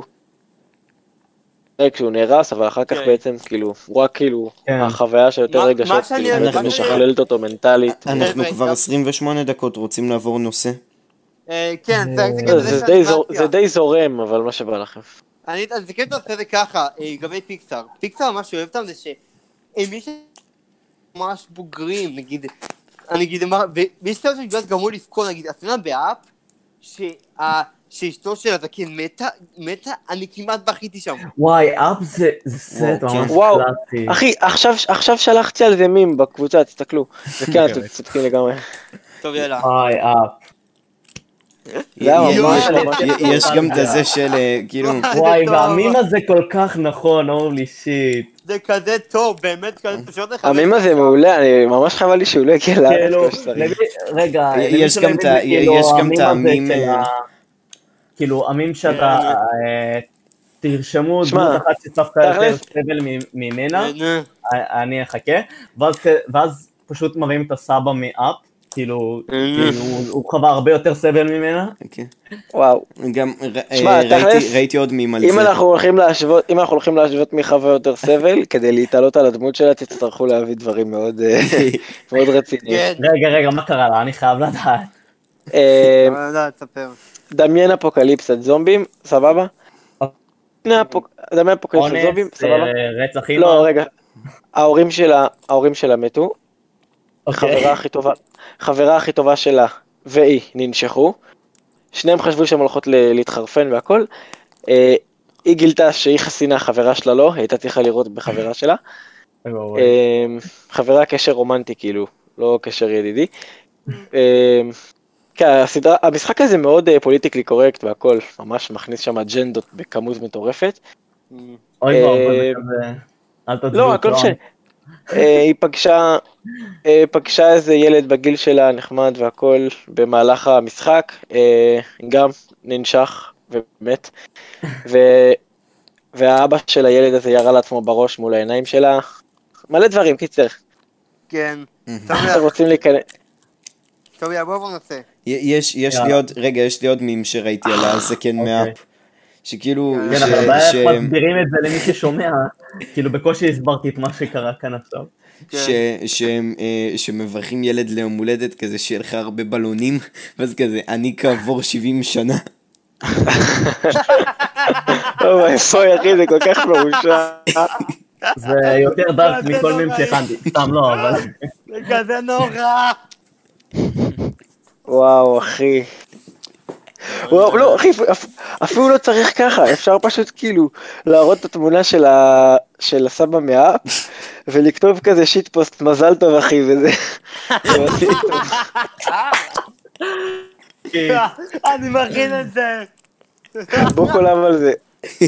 אה, כשהוא נהרס, אבל אחר כך כן. בעצם כאילו, הוא רק כאילו, כן. החוויה של יותר מה- רגשות, מה שאני- כאילו מה בעצם שאני- משכללת אותו מנטלית. אנחנו חבר'ה, כבר גם- עשרים ושמונה דקות, רוצים לעבור נושא? אה, כן, זה אה, זה זה- כזה זה של די זור- אנימציה. זה די זורם, אבל מה שבא לכם. אני אסתכל את זה זה ככה, אה, לגבי פיקסאר. פיקסאר, מה שאוהב אותם זה שהם יש ממש בוגרים, נגיד, אני אגיד, מה- ויש סרט שבגלל גמור לבכות, נגיד, הסצנה באפ, שה- שאשתו של הזקן מתה, מתה, אני כמעט בכיתי שם. וואי, אפ זה זה סרט וואו, ממש וואו. קלאסי. אחי, עכשיו, עכשיו שלחתי על זה מים בקבוצה, תסתכלו. וכן, אתם צודקים לגמרי. טוב, יאללה. וואי, אפ. זה היה י- ממש יש- ממש- יש גם את הזה של אה, כאילו, וואי, טוב. והמים הזה כל כך נכון, הולי שיט. זה כזה טוב, באמת כזה, פשוט לך... המים הזה מעולה, אני ממש חבל לי שהוא לא הגיע לארץ כאילו, כמו שצריך. למי- רגע, יש למי גם שלא את הבין, ה- זה כאילו יש גם את המים הזה המים, של אה, ה- כאילו, המים שאתה, אה, תרשמו שמע, דמות אחת שצפקה יותר תכלס- סבל מ- ממנה, נו. אני אחכה, ואז, ואז פשוט מראים את הסבא מאפ, כאילו, כאילו, הוא- הוא חווה הרבה יותר סבל ממנה. אוקיי. וואו. גם ר- שמע, אה, ראיתי- תכלס, ראיתי עוד מים על אם זה. אנחנו הולכים להשוות, אם אנחנו הולכים להשוות מי חווה יותר סבל, כדי להתעלות על הדמות שלה, תצטרכו להביא דברים מאוד אה, מאוד רציניים. כן. רגע, רגע, מה קרה לה? אני חייב לדעת. אה, אבל לא, תספר. דמיין אפוקליפסת זומבים, סבבה? דמיין אפוק- דמיין אפוקליפסת זומבים, אונס, סבבה? אה, רצח אימא. לא, רגע. ההורים שלה, ההורים שלה מתו, אוקיי. חברה הכי טובה, חברה הכי טובה שלה והיא ננשכו, שניהם חשבו שהן הולכות ל- להתחרפן והכל. אה, היא גילתה שהיא חסינה, חברה שלה לא, היא הייתה צריכה לראות בחברה שלה. אה, חברה קשר רומנטי כאילו, לא קשר ידידי. אה, כן, הסדרה, המשחק הזה מאוד פוליטיקלי קורקט והכל, ממש מכניס שם אג'נדות בכמות מטורפת. אוי אה, ואבוי, זה כזה... אל תצביעו. לא, הכל ש... אה, היא פגשה, אה, פגשה איזה ילד בגיל שלה נחמד והכל במהלך המשחק, אה, גם ננשך ומת, ו... והאבא של הילד הזה ירה לעצמו בראש מול העיניים שלה, מלא דברים, קיצר. כן. אתם רוצים להיכנס... טוב, בוא בוא נעשה. יש, יש לי עוד, רגע, יש לי עוד מים שראיתי על הזקן מאפ. שכאילו, כן, אבל הבעיה איך מסבירים את זה למי ששומע, כאילו בקושי הסברתי את מה שקרה כאן עכשיו. שמברכים ילד ליום הולדת כזה שיהיה לך הרבה בלונים, ואז כזה, אני כעבור שבעים שנה. אוי, איפה אחי, זה כל כך מרושע. זה יותר דארק מכל מים שהכנתי, סתם לא, אבל... זה כזה נורא. וואו, אחי. וואו, לא, אחי, אפילו לא צריך ככה, אפשר פשוט כאילו להראות את התמונה של הסבא מהאפ, ולכתוב כזה שיט פוסט, מזל טוב אחי, וזה... אני מכין את זה. בוא קולם על זה.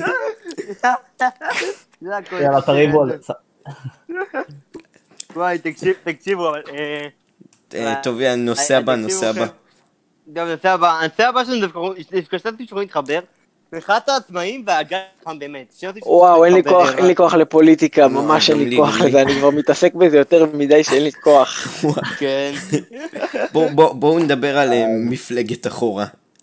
יאללה, תריבו על זה. וואי, תקשיבו, אבל... טוב, נושא הבא, נושא הבא. גם נושא הבא, הנושא הבא שלנו דווקא קצת שיכולים להתחבר, מחאת העצמאים והאגף באמת. וואו, אין לי כוח, אין לי כוח לפוליטיקה, ממש אין לי כוח לזה, אני כבר מתעסק בזה יותר מדי שאין לי כוח. כן. בואו נדבר על מפלגת אחורה.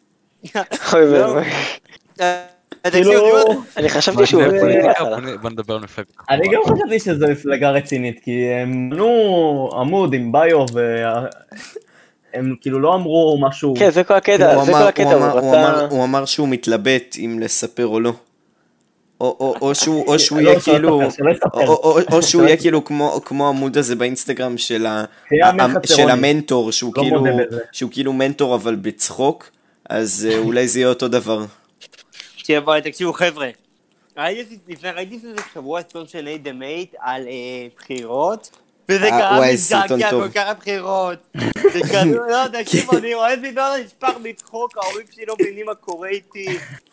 אני חשבתי שהוא בפוליטיקה. בוא נדבר על מפלגת אחורה. אני גם חשבתי שזו מפלגה רצינית, כי הם בנו עמוד עם ביו הם כאילו לא אמרו משהו... כן, זה כל הקטע, זה כל הקטע, הוא אמר שהוא מתלבט אם לספר או לא. או שהוא יהיה כאילו, או שהוא יהיה כאילו כמו עמוד הזה באינסטגרם של המנטור, שהוא כאילו מנטור אבל בצחוק, אז אולי זה יהיה אותו דבר. תקשיבו חבר'ה, ראיתי לפני שבוע סרטון של ניי דה מייט על בחירות, וזה קרה מזעקע כל כך הבחירות. זה כזה, לא, תקשיבו, אני רואה סרטון נשפך מצחוק, ההורים שלי לא מבינים מה קורה איתי.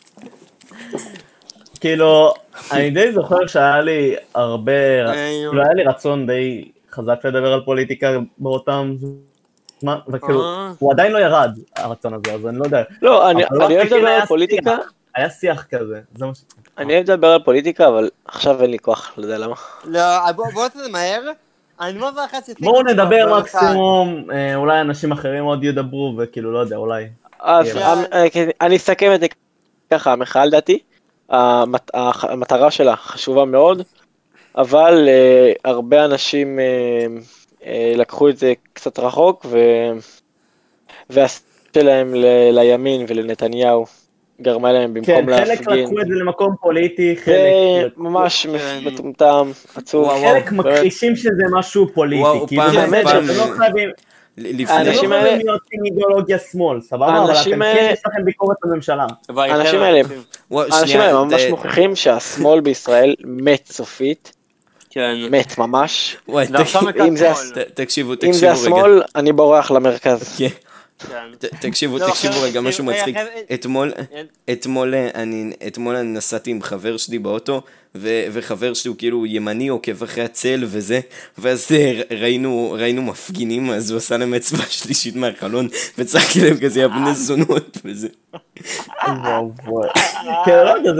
כאילו, אני די זוכר שהיה לי הרבה, כאילו היה לי רצון די חזק לדבר על פוליטיקה באותם זמן, וכאילו, הוא עדיין לא ירד, הרצון הזה, אז אני לא יודע. לא, אני אוהב לדבר על פוליטיקה. היה שיח כזה, זה מה ש... אני אוהב לדבר על פוליטיקה, אבל עכשיו אין לי כוח, לא יודע למה. לא, בואו נעשה מהר. בואו נדבר מקסימום, אולי אנשים אחרים עוד ידברו, וכאילו, לא יודע, אולי. אז אני אסכם את זה ככה, המחאה לדעתי, המטרה שלה חשובה מאוד, אבל הרבה אנשים לקחו את זה קצת רחוק, והעשייה שלהם לימין ולנתניהו גרמה להם במקום להפגין. כן, חלק לקחו את זה למקום פוליטי, חלק... זה ממש מטומטם, עצוב. חלק מכחישים שזה משהו פוליטי, כאילו באמת שאתם לא חייבים... האנשים האלה... להיות עם אידיאולוגיה שמאל, סבבה? אבל אתם כן יש לכם ביקורת בממשלה. האנשים האלה, האנשים האלה ממש מוכיחים שהשמאל בישראל מת סופית. מת ממש. תקשיבו, תקשיבו רגע. אם זה השמאל, אני בורח למרכז. כן. תקשיבו, תקשיבו רגע, משהו מצחיק. אתמול, אתמול אני, אתמול אני נסעתי עם חבר שלי באוטו, וחבר שלי הוא כאילו ימני עוקב אחרי הצל וזה, ואז ראינו, ראינו מפגינים, אז הוא עשה להם אצבע שלישית מהחלון, וצחק להם כזה יא בני זונות וזה. וואו וואו. כן, לא יודע,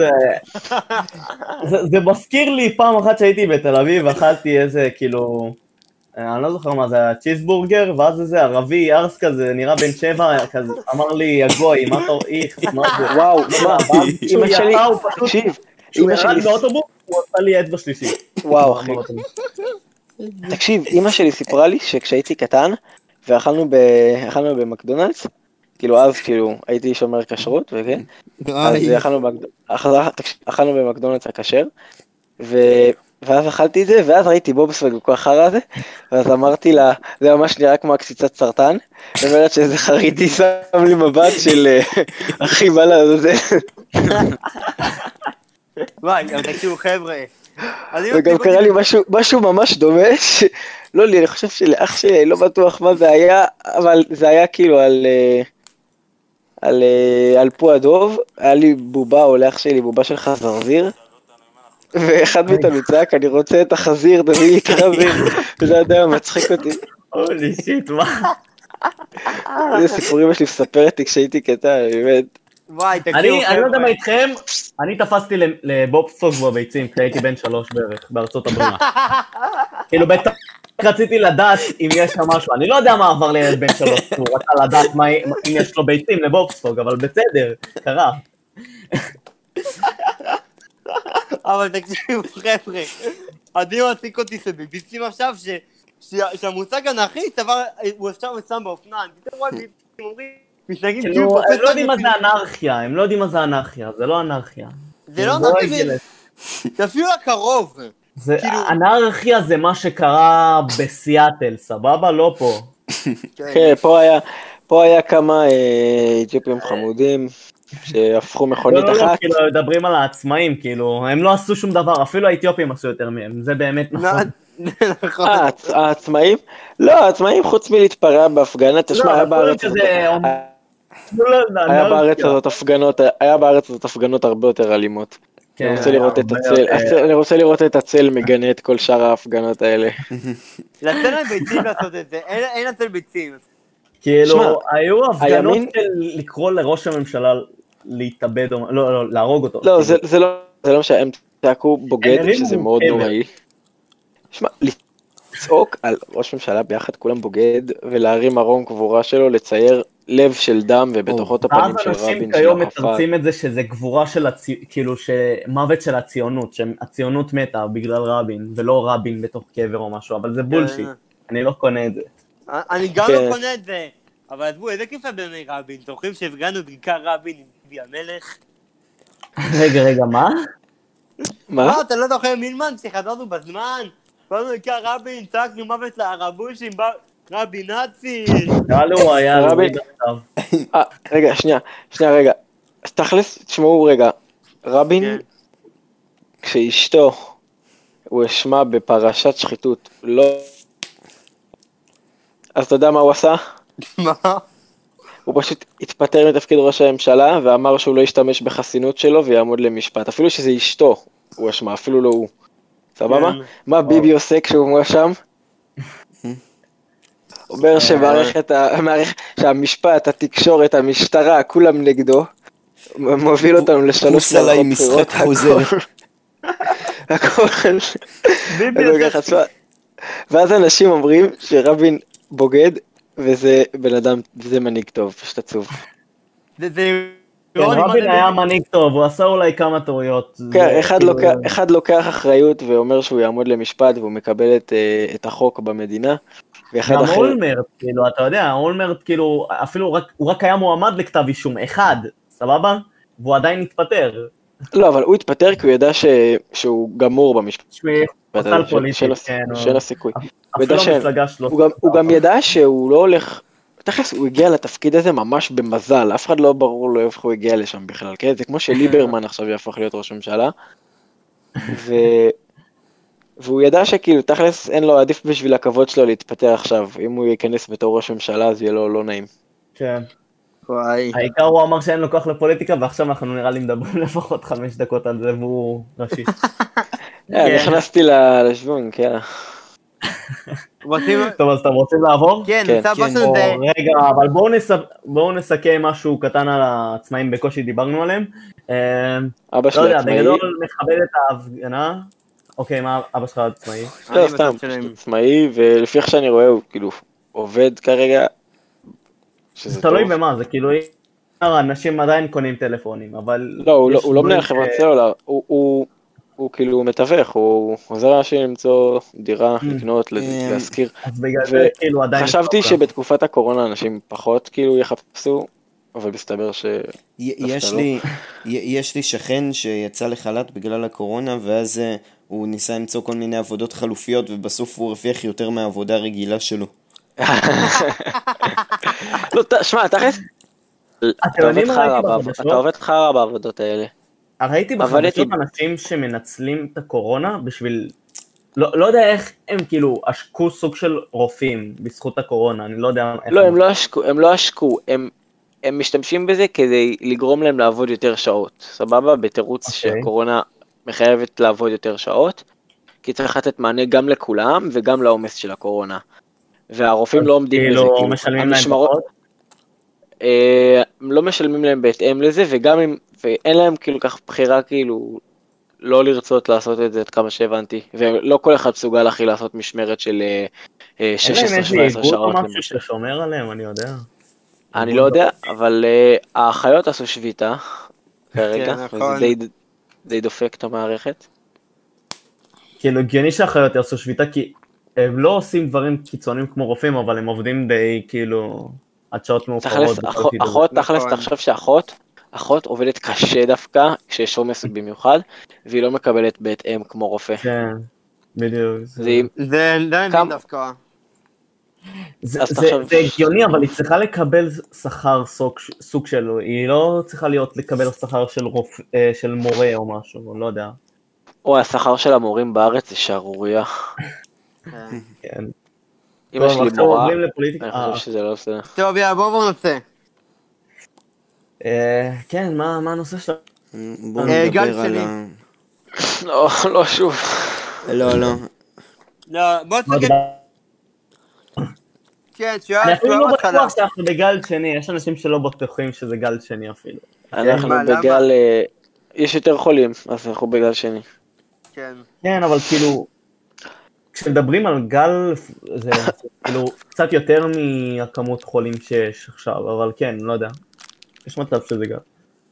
זה מזכיר לי פעם אחת שהייתי בתל אביב, אכלתי איזה כאילו... אני לא זוכר מה זה היה, צ'יזבורגר, ואז איזה ערבי ארס כזה, נראה בן שבע, כזה, אמר לי, הגוי, מה אתה, איך, מה זה? וואו, מה, אמא שלי, תקשיב, כשהוא ירד באוטובוס, הוא עשה לי אצבע שלישית. וואו, אחי. תקשיב, אמא שלי סיפרה לי שכשהייתי קטן, ואכלנו במקדונלדס, כאילו אז כאילו הייתי שומר כשרות, אז אכלנו במקדונלדס הכשר, ואז אכלתי את זה, ואז ראיתי בובסווג וכל החרא הזה, ואז אמרתי לה, זה ממש נראה כמו הקציצת סרטן, היא אומרת שאיזה חרדי שם לי מבט של אה, אחי בא לזה, וואי, אבל תקשיבו חבר'ה. אני וגם מצחיק קרה אותי- לי משהו, משהו ממש דומה, ש... לא לי, אני חושב שלאח שלי, לא בטוח מה זה היה, אבל זה היה כאילו על, אה, על, אה, על פו הדוב, היה לי בובה, או לאח שלי, בובה של חזרזיר, ואחד מאיתנו צעק, אני רוצה את החזיר, תביא לי את החזיר, וזה יודע, מצחיק אותי. הולי שיט, מה? איזה סיפורים יש לי מספרת לי כשהייתי קטן, באמת. וואי, תקשיבו אני אני לא יודע מה חבר'ה. איתכם, אני תפסתי ל- לבובסטוק בביצים כשהייתי בן שלוש בערך, בארצות הברית. כאילו בטח רציתי לדעת אם יש שם משהו, אני לא יודע מה עבר לילד בן שלוש, הוא רצה לדעת מה- אם יש לו ביצים לבובסטוק, אבל בסדר, קרה. אבל תקשיבו חבר'ה. אני מצחיק אותי שביצים עכשיו ש... ש- שהמושג אנרכיסט אבל הוא אפשר ושם באופניים. פתאום רואה ביצים אומרים, מתנהגים כאילו, כאילו הם לא יודעים מה פרופסור זה אנרכיה, הם לא יודעים מה זה אנרכיה, זה לא אנרכיה. זה לא בוא אנרכיה, רגע, זה אפילו הקרוב. זה- כאילו- אנרכיה זה מה שקרה בסיאטל, סבבה? לא פה. כן, פה היה, פה היה כמה אה, אתיופים חמודים, שהפכו מכונית לא, לא, לא, אחת. כאילו, מדברים על העצמאים, כאילו, הם לא עשו שום דבר, אפילו האתיופים עשו יותר מהם, זה באמת נכון. נכון. אה, העצ- העצמאים? לא, העצמאים חוץ מלהתפרע בהפגנה, תשמע, לא, היה אבל בארץ הזאת- כזה, לא, לא, היה אנרכיה. בארץ הזאת הפגנות, היה בארץ הזאת הפגנות הרבה יותר אלימות. כן, אני רוצה היה לראות את הרבה הצל, יותר- הצל- אני רוצה לראות את הצל מגנה את כל שאר ההפגנות האלה. לתת להם ביצים לעשות את זה, אין אין לצל ביצים. כאילו, שמע, היו הפגנות הימין- של לקרוא לראש הממשלה להתאבד, או- לא, לא, להרוג אותו. לא, כאילו. זה זה לא זה לא שהם צעקו בוגד, הם הרימו שזה מאוד גבר. נוראי. שמע, לצעוק על ראש ממשלה ביחד כולם בוגד, ולהרים ארון קבורה שלו, לצייר לב של דם ובתוכו את הפנים ואז של אנשים רבין של כיום ערפאת. מתרצים את זה שזה גבורה של הציונות, כאילו שמוות של הציונות, שהציונות מתה בגלל רבין, ולא רבין בתוך קבר או משהו, אבל זה בולשיט, אני לא קונה את זה. אני גם כן. לא קונה את זה, אבל עזבו, איזה כיף היה בעיני רבין, זוכרים שהפגנו בעיקר רבין עם ביבי המלך? רגע, רגע, מה? מה? מה, אתה לא זוכר מילמן שחזרנו בזמן? באנו בעיקר רבין, צעקנו מוות לערבושים, בא- רבין נאצי. נראה לי הוא היה רבין- להוריד עכשיו. אה, רגע, שנייה, שנייה, רגע. אז תכלס, תשמעו רגע, רבין, כן. כשאשתו הואשמה בפרשת שחיתות, לא... אז אתה יודע מה הוא עשה? מה? הוא פשוט התפטר מתפקיד ראש הממשלה, ואמר שהוא לא ישתמש בחסינות שלו ויעמוד למשפט. אפילו שזה אשתו הואשמה, אפילו לא הוא. סבבה? כן. מה ביבי עושה כשהוא מואשם? אומר שמערכת, ה- המערכת- שהמשפט, התקשורת, המשטרה, כולם נגדו, מוביל אותנו לשלוש כוס עליי, משחק הכל- חוזר. הכל, ביבי הכל עושה- ככה, תשמע. ואז אנשים אומרים שרבין בוגד, וזה בן אדם, וזה מנהיג טוב, פשוט עצוב. זה- זה... כן, לא נגמר רבין לביבי. היה מנהיג טוב, הוא עשה אולי כמה טעויות. כן, זה אחד כאילו- לוקח- אחד לוקח אחריות ואומר שהוא יעמוד למשפט והוא מקבל את, אה, את החוק במדינה, ואחד גם אחר... אולמרט, כאילו, אתה יודע, אולמרט, כאילו, אפילו רק, הוא רק היה מועמד לכתב אישום, אחד, סבבה? והוא עדיין התפטר. לא, אבל הוא התפטר כי הוא ידע ש... שהוא גמור במשפט. שמי, הזה, חוסל ש- פוליטי, שאין לו- כן, הוא- שאין לו סיכוי. אפילו בדע שאין. המפלגה שלו. הוא גם, הוא גם ידע שהוא לא הולך, תכלס הוא הגיע לתפקיד הזה ממש במזל, אף אחד לא ברור לו איך הוא הגיע לשם בכלל, כן? זה כמו שליברמן עכשיו יהפוך להיות ראש ממשלה, ו... והוא ידע שכאילו תכלס אין לו, עדיף בשביל הכבוד שלו להתפטר עכשיו, אם הוא ייכנס בתור ראש ממשלה אז יהיה לו לא נעים. כן. וואי. העיקר הוא אמר שאין לו כוח לפוליטיקה, ועכשיו אנחנו נראה לי מדברים לפחות חמש דקות על זה, והוא ראשי. אה, נכנסתי ל- לשוונג, כן. רוצים... טוב, אז אתם רוצים לעבור? כן, כן, נושא הבא כן. שלנו או, זה... רגע, אבל בואו נס... בואו נסכם משהו קטן על העצמאים, בקושי דיברנו עליהם. אה, אבא לא שלי יודע, עצמאי, בגדול מכבד את ההפגנה. אוקיי, מה אבא שלך עצמאי? לא אני סתם, בצד שלהם. עצמאי, ולפי איך שאני רואה הוא כאילו עובד כרגע, שזה זה תלוי טוב. במה, זה כאילו, אנשים עדיין קונים טלפונים, אבל... לא, הוא לא- יש הוא לא דברים מנהל ש- חברת סלולר, הוא- הוא הוא כאילו מתווך, הוא עוזר לאנשים למצוא דירה, Mm. לקנות, ל- אה, להשכיר. אז בגלל ו- זה כאילו עדיין... חשבתי יש לו שבתקופת הקורונה אנשים פחות כאילו יחפשו, אבל מסתבר ש... י- יש דווקא לי, י- יש לי שכן שיצא לחל"ת בגלל הקורונה, ואז אה, הוא ניסה למצוא כל מיני עבודות חלופיות, ובסוף הוא הרוויח יותר מהעבודה הרגילה שלו. לא, שמע, תכף, אתה עובד חרא בעבודות, אתה עובד חרא בעבודות האלה. ראיתי בחדשות אנשים שמנצלים את הקורונה בשביל, לא, לא יודע איך הם כאילו השקו סוג של רופאים בזכות הקורונה, אני לא יודע איך... לא, הם לא השקו, הם לא השקו, הם, הם משתמשים בזה כדי לגרום להם לעבוד יותר שעות, סבבה? בתירוץ okay. שהקורונה מחייבת לעבוד יותר שעות, כי צריך לתת מענה גם לכולם וגם לעומס של הקורונה. והרופאים לא עומדים בזה, כאילו משלמים להם פחות? הם לא משלמים להם בהתאם לזה, וגם אם, ואין להם כאילו כך בחירה כאילו לא לרצות לעשות את זה עד כמה שהבנתי, ולא כל אחד מסוגל הכי לעשות משמרת של שש עשרה שבע עשרה שעות. אין להם איזה ששומר עליהם, אני יודע. אני לא יודע, אבל האחיות עשו שביתה כרגע, וזה די דופק את המערכת. כאילו הגיוני שהאחיות יעשו שביתה, כי הם לא עושים דברים קיצוניים כמו רופאים, אבל הם עובדים די כאילו עד שעות מאוחרות. אחות, תכלס, תחשוב שאחות, אחות עובדת קשה דווקא, כשיש עומס במיוחד, והיא לא מקבלת בהתאם כמו רופא. כן, בדיוק. זה לא דווקא. זה הגיוני, אבל היא צריכה לקבל שכר סוג שלו, היא לא צריכה להיות לקבל שכר של מורה או משהו, לא יודע. או, השכר של המורים בארץ זה שערוריה. כן. אמא שלי מורה, אני חושב שזה לא עושה. טוב, יאללה, בואו בואו נוצא. כן, מה הנושא שלנו? בואו נדבר על ה... לא, לא שוב. לא, לא. לא, בואו נצטרק... כן, שואל, אני אפילו לא בטוח שאנחנו בגל שני, יש אנשים שלא בטוחים שזה גל שני אפילו. אנחנו בגל... יש יותר חולים, אז אנחנו בגל שני. כן. כן, אבל כאילו... כשמדברים על גל, זה כאילו קצת יותר מהכמות חולים שיש עכשיו, אבל כן, לא יודע. יש מצב שזה גל.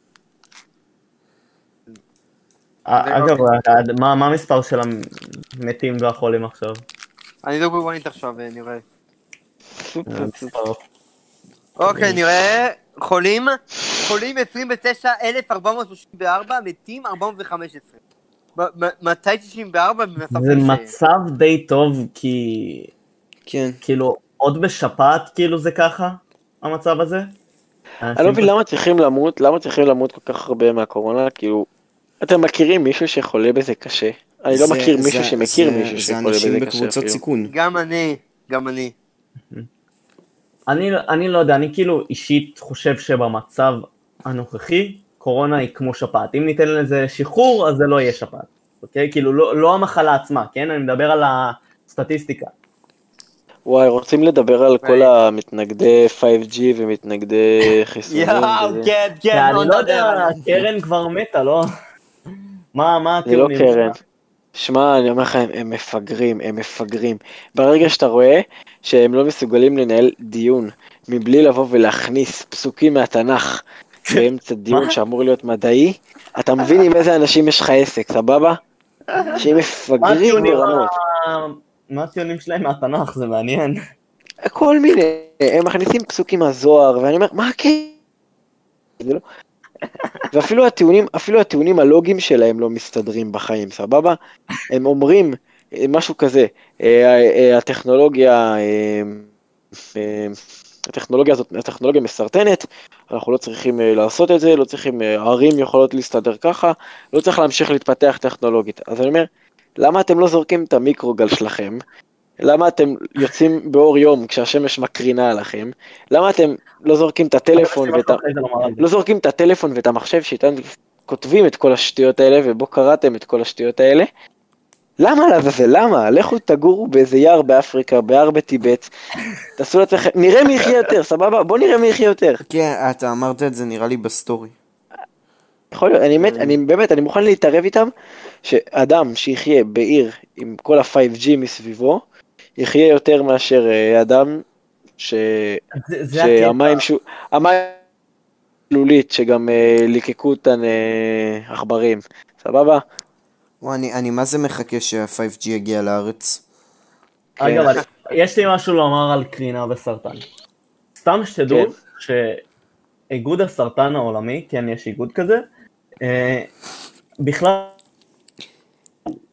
אגב, מה המספר של המתים והחולים עכשיו? אני לא בבונית עכשיו, נראה. אוקיי, נראה. חולים, חולים עשרים ותשעה אלף ארבע מאות שלושים וארבע, מתים ארבע מאות וחמש עשרה. מתי תשעים וארבע במצב זה מצב די טוב, כי... כן. כאילו, עוד בשפעת, כאילו זה ככה, המצב הזה? אני לא מבין למה צריכים למות, למה צריכים למות כל כך הרבה מהקורונה, כאילו... אתם מכירים מישהו שחולה בזה קשה? אני לא מכיר מישהו שמכיר מישהו שחולה בזה קשה. זה אנשים בקבוצות סיכון. גם אני, גם אני. אני לא יודע, אני כאילו אישית חושב שבמצב הנוכחי, קורונה היא כמו שפעת. אם ניתן לזה שחרור, אז זה לא יהיה שפעת. אוקיי? כאילו, לא, לא המחלה עצמה, כן? אני מדבר על הסטטיסטיקה. וואי, רוצים לדבר על כל המתנגדי פייב ג'י ומתנגדי חיסונים? יאו, כן, כן. אני לא יודע, קרן כבר מתה, לא? מה, מה הטיעונים? אני לא קרן. שמע, אני אומר לך, הם מפגרים, הם מפגרים. ברגע שאתה רואה שהם לא מסוגלים לנהל דיון, מבלי לבוא ולהכניס פסוקים מהתנ"ך, באמצע דיון שאמור להיות מדעי, אתה מבין עם איזה אנשים יש לך עסק, סבבה? שהם מפגרים ברמות. מה הטיעונים שלהם מהתנ"ך? זה מעניין. כל מיני, הם מכניסים פסוקים מהזוהר, ואני אומר, מה כן? זה לא... ואפילו הטיעונים, אפילו הטיעונים הלוגיים שלהם לא מסתדרים בחיים, סבבה? הם אומרים משהו כזה, הטכנולוגיה, הטכנולוגיה הזאת, הטכנולוגיה מסרטנת, אנחנו לא צריכים לעשות את זה, לא צריכים, ערים יכולות להסתדר ככה, לא צריך להמשיך להתפתח טכנולוגית. אז אני אומר, למה אתם לא זורקים את המיקרוגל שלכם? למה אתם יוצאים באור יום כשהשמש מקרינה עליכם? למה אתם לא זורקים את הטלפון ואת לא זורקים את הטלפון ואת המחשב שאיתם כותבים את כל השטויות האלה ובו קראתם את כל השטויות האלה? למה לזה? למה? לכו תגורו באיזה יער באפריקה, ביער בטיבט, תעשו לעצמכם, נראה מי יחיה יותר, סבבה? בוא נראה מי יחיה יותר. כן, אתה אמרת את זה נראה לי בסטורי. יכול להיות, אני באמת, אני באמת, אני מוכן להתערב איתם, שאדם שיחיה בעיר עם כל ה-פייב ג'י מסביבו, יחיה יותר מאשר אדם ש... שהמים שהוא... המים לולית, שגם ליקקו אותן עכברים, סבבה? וואי, אני מה זה מחכה שה-פייב ג'י יגיע לארץ? אגב, יש לי משהו לומר על קרינה וסרטן. סתם שתדעו שאיגוד הסרטן העולמי, כן יש איגוד כזה, בכלל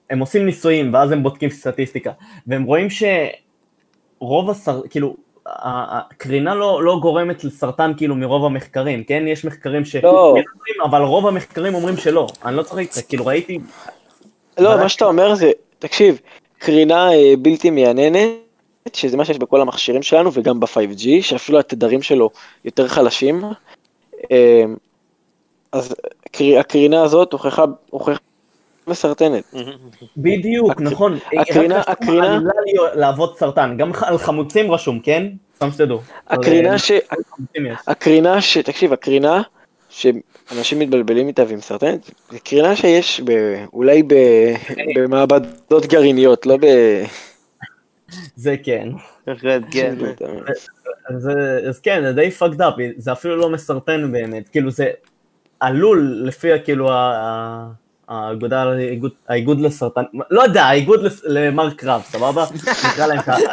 הם עושים ניסויים, ואז הם בודקים סטטיסטיקה, והם רואים שרוב הסר... כאילו, הקרינה לא, לא גורמת לסרטן כאילו מרוב המחקרים, כן? יש מחקרים ש... לא. אבל רוב המחקרים אומרים שלא, אני לא צריך, כאילו ראיתי... לא, מה שאתה אומר זה, תקשיב, קרינה אה, בלתי מייננת, שזה מה שיש בכל המכשירים שלנו, וגם ב-פייב ג'י, שאפילו התדרים שלו יותר חלשים, אה, אז הקר... הקרינה הזאת הוכחה, הוכחה מסרטנת. בדיוק, הק... נכון. הקרינה, הקרינה... עלולה לעבוד סרטן, גם על חמוצים רשום, כן? סתם שתדעו. הקרינה ש... הקרינה ש... תקשיב, הקרינה שאנשים מתבלבלים איתה ועם סרטנת, זה קרינה שיש ב... אולי ב... במעבדות גרעיניות, לא ב... זה כן. כן. אז כן, זה די fucked up, זה אפילו לא מסרטן באמת, כאילו זה עלול לפי כאילו האגודה, האיגוד לסרטן, לא יודע, האיגוד למר קרב, סבבה? נקרא להם ככה.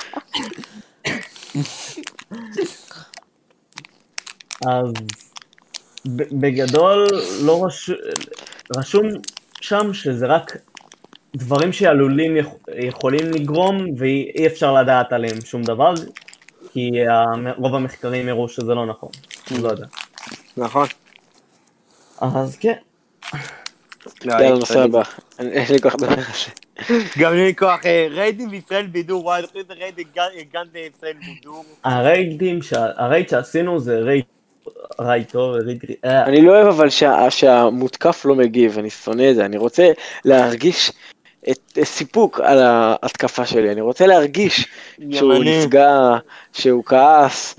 אז בגדול לא רשום שם שזה רק דברים שעלולים יכולים לגרום ואי אפשר לדעת עליהם שום דבר, כי רוב המחקרים הראו שזה לא נכון, לא יודע. נכון. אז כן. יאללה, נושא הבא. אין לי כוח לדבר על זה. גם אין לי כוח, ריידים בישראל בידור, וואי, אני חושב רייד הגן בישראל בידור. הריידים, הרייד שעשינו זה רייד רייטו, רייד... אני לא אוהב אבל שהמותקף לא מגיב, אני שונא את זה, אני רוצה להרגיש את סיפוק על ההתקפה שלי, אני רוצה להרגיש שהוא נפגע, שהוא כעס,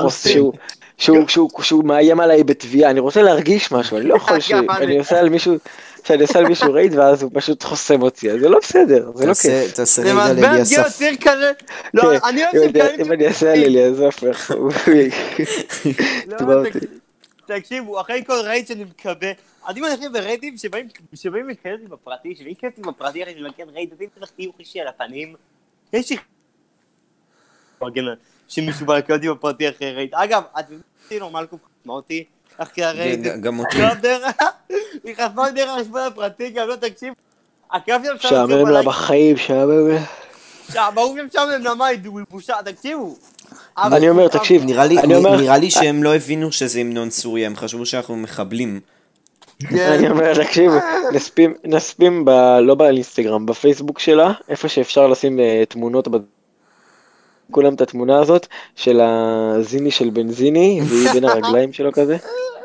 שהוא מאיים עליי בתביעה, אני רוצה להרגיש משהו, אני לא יכול שאני עושה על מישהו, שאני עושה על מישהו רייד ואז הוא פשוט חוסם אותי, זה לא בסדר, זה לא כיף. תעשה רייד על אליאסף. אם אני אעשה על אליאסף, הוא יגמר אותי. תקשיבו, אחרי כל רייד שאני מקווה, אני מניחים בריידים שבאים לקראת אותי בפרטי, שבאים לקראת אותי בפרטי, אחרי שאני מקראת רייד, אני צריך חיוך אישי על הפנים, יש לי שמישהו בא לקראת אותי בפרטי אחרי רייד. אגב, את מבינים לו מלכו חסמה אותי, אחרי הרייד, גם אותי. היא חסמה אותי דרך הרשבון הפרטי, גם לא תקשיב, הקרב שם שם שעמם לה בחיים, שעמם לה. ברור שם שם למה הוא בושה, תקשיבו. אני אומר, תקשיב, נראה לי שהם לא הבינו שזה המנון סוריה, הם חשבו שאנחנו מחבלים. אני אומר, תקשיבו, נספים, לא באינסטגרם, בפייסבוק שלה, איפה שאפשר לשים תמונות, כולם את התמונה הזאת, של הזיני של בנזיני, והיא בין הרגליים שלו כזה.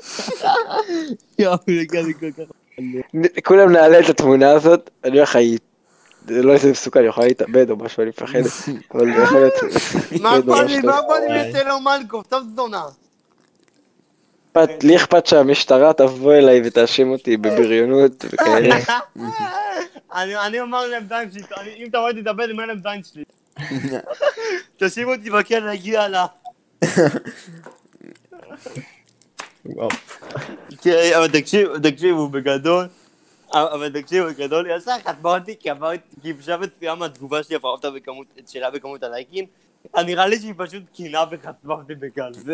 כולם נעלה את התמונה הזאת, אני אומר לך, זה לא איזה מסוכן, יכולה להתאבד או משהו, אני מפחד, אבל זה יכול להיות... מה אכפת לי, מה אכפת לי לתת לו מלקוב, טוב זונה. לי אכפת שהמשטרה תבוא אליי ותאשים אותי בבריונות וכאלה. אני אומר להם דיין שלי, אם אתה רואה תתאבד, אני אומר להם דיין שלי. תשים אותי בכלל להגיע לה. אבל תקשיבו, בגדול, אבל תקשיבו, בגדול, יעשה חתמה אותי, כי בשלב מסוים התגובה שלי הפכה אותה שלה בכמות הלייקים, נראה לי שהיא פשוט קינה וחתמה אותי בגלל זה.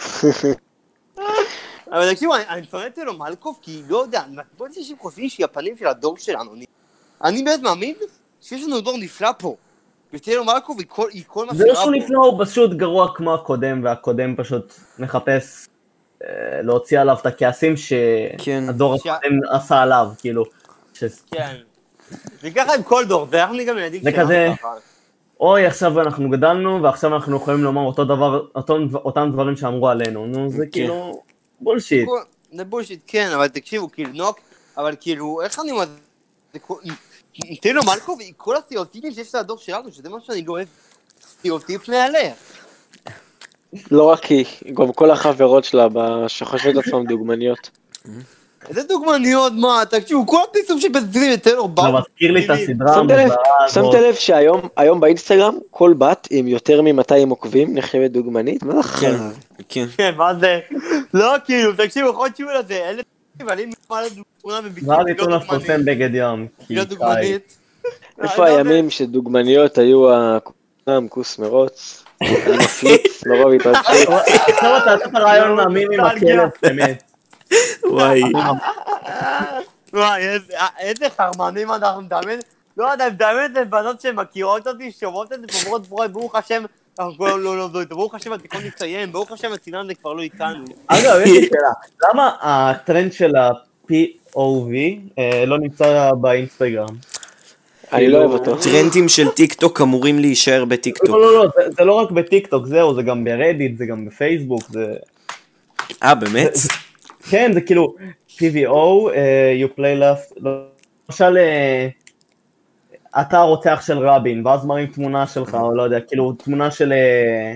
אבל תקשיבו, אני פנאתי לו מלקוב, כי לא יודע, בוא נצא שהם חושבים שהיא הפנים של הדור שלנו. אני באמת מאמין שיש לנו דור נפלא פה. ותהיה לו מלקוב, היא כל מה זה לא שהוא נפלא, הוא פשוט גרוע כמו הקודם, והקודם פשוט מחפש להוציא עליו את הכעסים שהדור הקודם עשה עליו, כאילו. כן. זה ככה עם כל דור, זה אנחנו גם ילדים שלנו. זה כזה, אוי, עכשיו אנחנו גדלנו, ועכשיו אנחנו יכולים לומר אותו דבר, אותם דברים שאמרו עלינו. נו, זה כאילו בולשיט. זה בולשיט, כן, אבל תקשיבו, כאילו נוק, אבל כאילו, איך אני אומר, תהיה לו מלקוב, כל הסטריאוטיפים שיש לדור שלנו, שזה מה שאני אוהב, סטריאוטיפ נעלה. לא רק היא, גם כל החברות שלה שחושבות עצמם דוגמניות. איזה דוגמניות, מה? תקשיבו, כל הפיסום שבזירים יותר לו באו. לא, מזכיר לי את הסדרה. שמת לב שהיום באינסטגרם, כל בת עם יותר מ-מאתיים עוקבים נחשבת דוגמנית? מה זה? כן. כן, מה זה? לא, כאילו, תקשיבו, יכול להיות שיהיו לזה, אלה אבל אם נשמע לדוגמנה בביטוי, מה ליתון לפרסם בגד ים? לא דוגמנית. איפה הימים שדוגמניות היו כוס מרוץ? מפליץ, מרוב התרצות. עכשיו אתה עשית רעיון מאמין עם הכלב, באמת. וואי. וואי, איזה- איזה חרמנים אנחנו מדמיין. לא יודע, מדמיין את בנות שמכירות אותי, שומעות את זה, ואומרות, "בואי, ברוך השם, אנחנו כבר לא, לא, לא, ברוך השם, התיכון מסתיים, ברוך השם, הצינן זה כבר לא איתנו." אגב, יש לי שאלה, למה הטרנד של ה-פי או וי אה, לא נמצא באינסטגרם? אני לא אוהב אותו. טרנדים של טיק טוק אמורים להישאר בטיק טוק. לא, לא, לא, זה- זה לא רק בטיק טוק, זהו, זה גם ברדיט, זה גם בפייסבוק, זה... אה, באמת? כן, זה כאילו, פי וי או, אה, you play left, למשל, אה, אתה הרוצח של רבין, ואז מראים תמונה שלך, או לא יודע, כאילו, תמונה של... אה,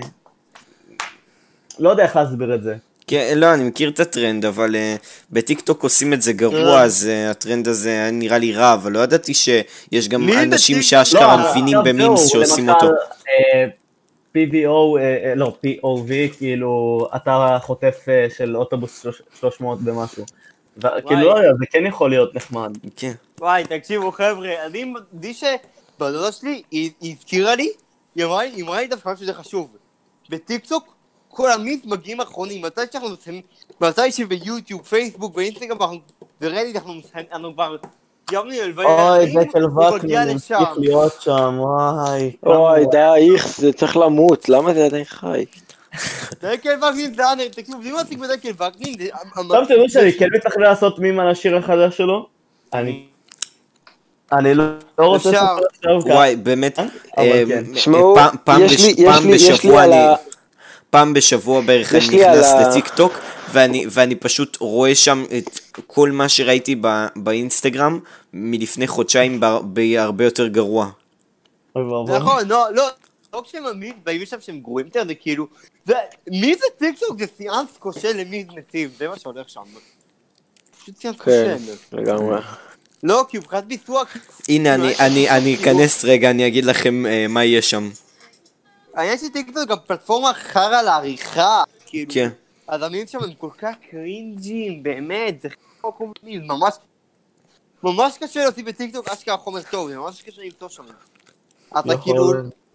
לא יודע איך להסביר את זה. כן, לא, אני מכיר את הטרנד, אבל uh, בטיק טוק עושים את זה גרוע, אז uh, הטרנד הזה היה נראה לי רע, אבל לא ידעתי שיש גם מי אנשים בטיק- שאשכרה לא, מבינים עכשיו במימס זהו, שעושים למשל, אותו. אה, פי וי או, אה, אה, לא, פי או וי, כאילו, אתה חוטף אה, של אוטובוס שלוש- שלוש מאות במשהו. ו- כאילו, לא יודע, זה כן יכול להיות נחמד. כן. וואי, תקשיבו חבר'ה, אני מרגיש שבדודה שלי, היא היא הזכירה לי, היא אמרה לי, היא אמרה לי דווקא משהו שזה חשוב. בטיקטוק, כל המיס מגיעים אחרונים, מתי שאנחנו מסיימים, מתי שביוטיוב, פייסבוק ואינסטגרם, אנחנו- ורדיט אנחנו מסיימים, אנחנו כבר גיימנו ללוויה, אוי, זה של הוא מגיע וקנין, לשם. המשיך להיות שם, וואי. אוי, די, איכס, זה צריך למות, למה זה עדיין חי? דקל וקנין זה אנר, תקשיבו, בלי מעסיק בדקל וקנין, זה... עכשיו תדעו שאני כן מתחיל לעשות מים על השיר החדש שלו. אני... אני לא לא רוצה אפשר. לספר עכשיו ככה. וואי, באמת, אבל אה, כן. אה, תשמעו, פעם- פעם יש בש- לי- יש פעם לי- יש לי בשבוע על אני... ה- פעם בשבוע בערך יש אני לי על נכנס ה- לטיק טוק, ואני, ואני פשוט רואה שם את כל מה שראיתי ב, באינסטגרם מלפני חודשיים בה- בהרבה יותר גרוע. אוי ואבוי. נכון, לא, לא, לא כשהם באים שם שהם גרועים יותר, זה כאילו, זה, מי זה טיקטוק? זה סיאנס כושל למי נתיב, זה מה שהולך שם. פשוט סיאנס כן, כושל. לגמרי. לא, כי מבחינת ביצוע, הנה, אני, אני, אני אכנס רגע, אני אגיד לכם אה, מה יהיה שם. העניין של טיקטוק זה גם פלטפורמה חרא לעריכה, כאילו, כן. אז המילים שם הם כל כך קרינג'ים, באמת, זה חרא קומפנים, ממש, ממש קשה להוציא בטיקטוק אשכרה חומר טוב, זה ממש קשה למצוא שם. אתה יכול- כאילו,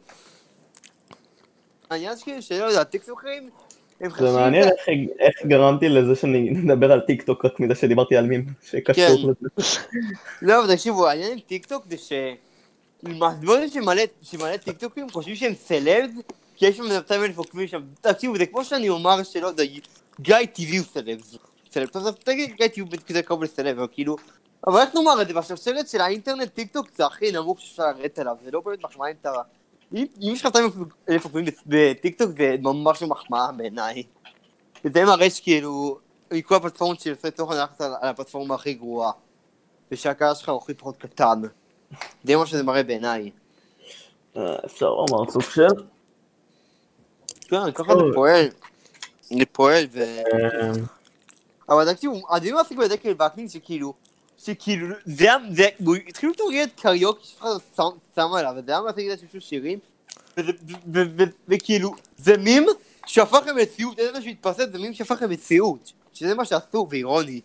העניין שכאילו שלא יודע, טיקטוקים, הם זה חשים, מעניין איך- איך גרמתי לזה שאני מדבר על טיק טוק רק מזה שדיברתי על מים שקשור כן. לזה. לא, אבל תקשיבו, העניין עם טיקטוק זה ש... מסבירים שמלא שמלא טיקטוקים חושבים שהם סלבס, כי יש שם מאתיים אלף עוקבים שם. תקשיבו, זה כמו שאני אומר שלא יודע, גיא טבעי הוא סלבס. סלב, טוב, אז תגיד, גיא טבעי הוא כזה קרוב לסלב, אבל כאילו... אבל איך נאמר את זה, בשרשרת של האינטרנט, טיקטוק זה הכי נמוך שאפשר לרדת עליו, זה לא באמת מחמאה אם אתה... אם אם יש לך מאתיים אלף עוקבים בטיקטוק, זה ממש לא מחמאה בעיניי. וזה מראה שכאילו, מכל הפלטפורמות שעושה תוכן, הלכת על על הפלטפורמה הכי גרועה. ושהקהל שלך הוא הכי פחות קטן. זה מה שזה מראה בעיניי. אה, אפשר לומר סוג של... כן, ככה זה פועל. זה פועל ו... אה, אבל תקשיבו, אני לא מפסיק בדקל וקנין שכאילו, שכאילו, זה, זה, הוא התחילו לתורגל את קריוקי שאף אחד לא שם עליו, וזה היה מפסיק לדעת שיש שירים, וזה- ו- ו- ו- וכאילו, זה מים שהפך למציאות, זה מה שהתפרסם, זה מים שהפך למציאות, שזה מה שעשו, ואירוני.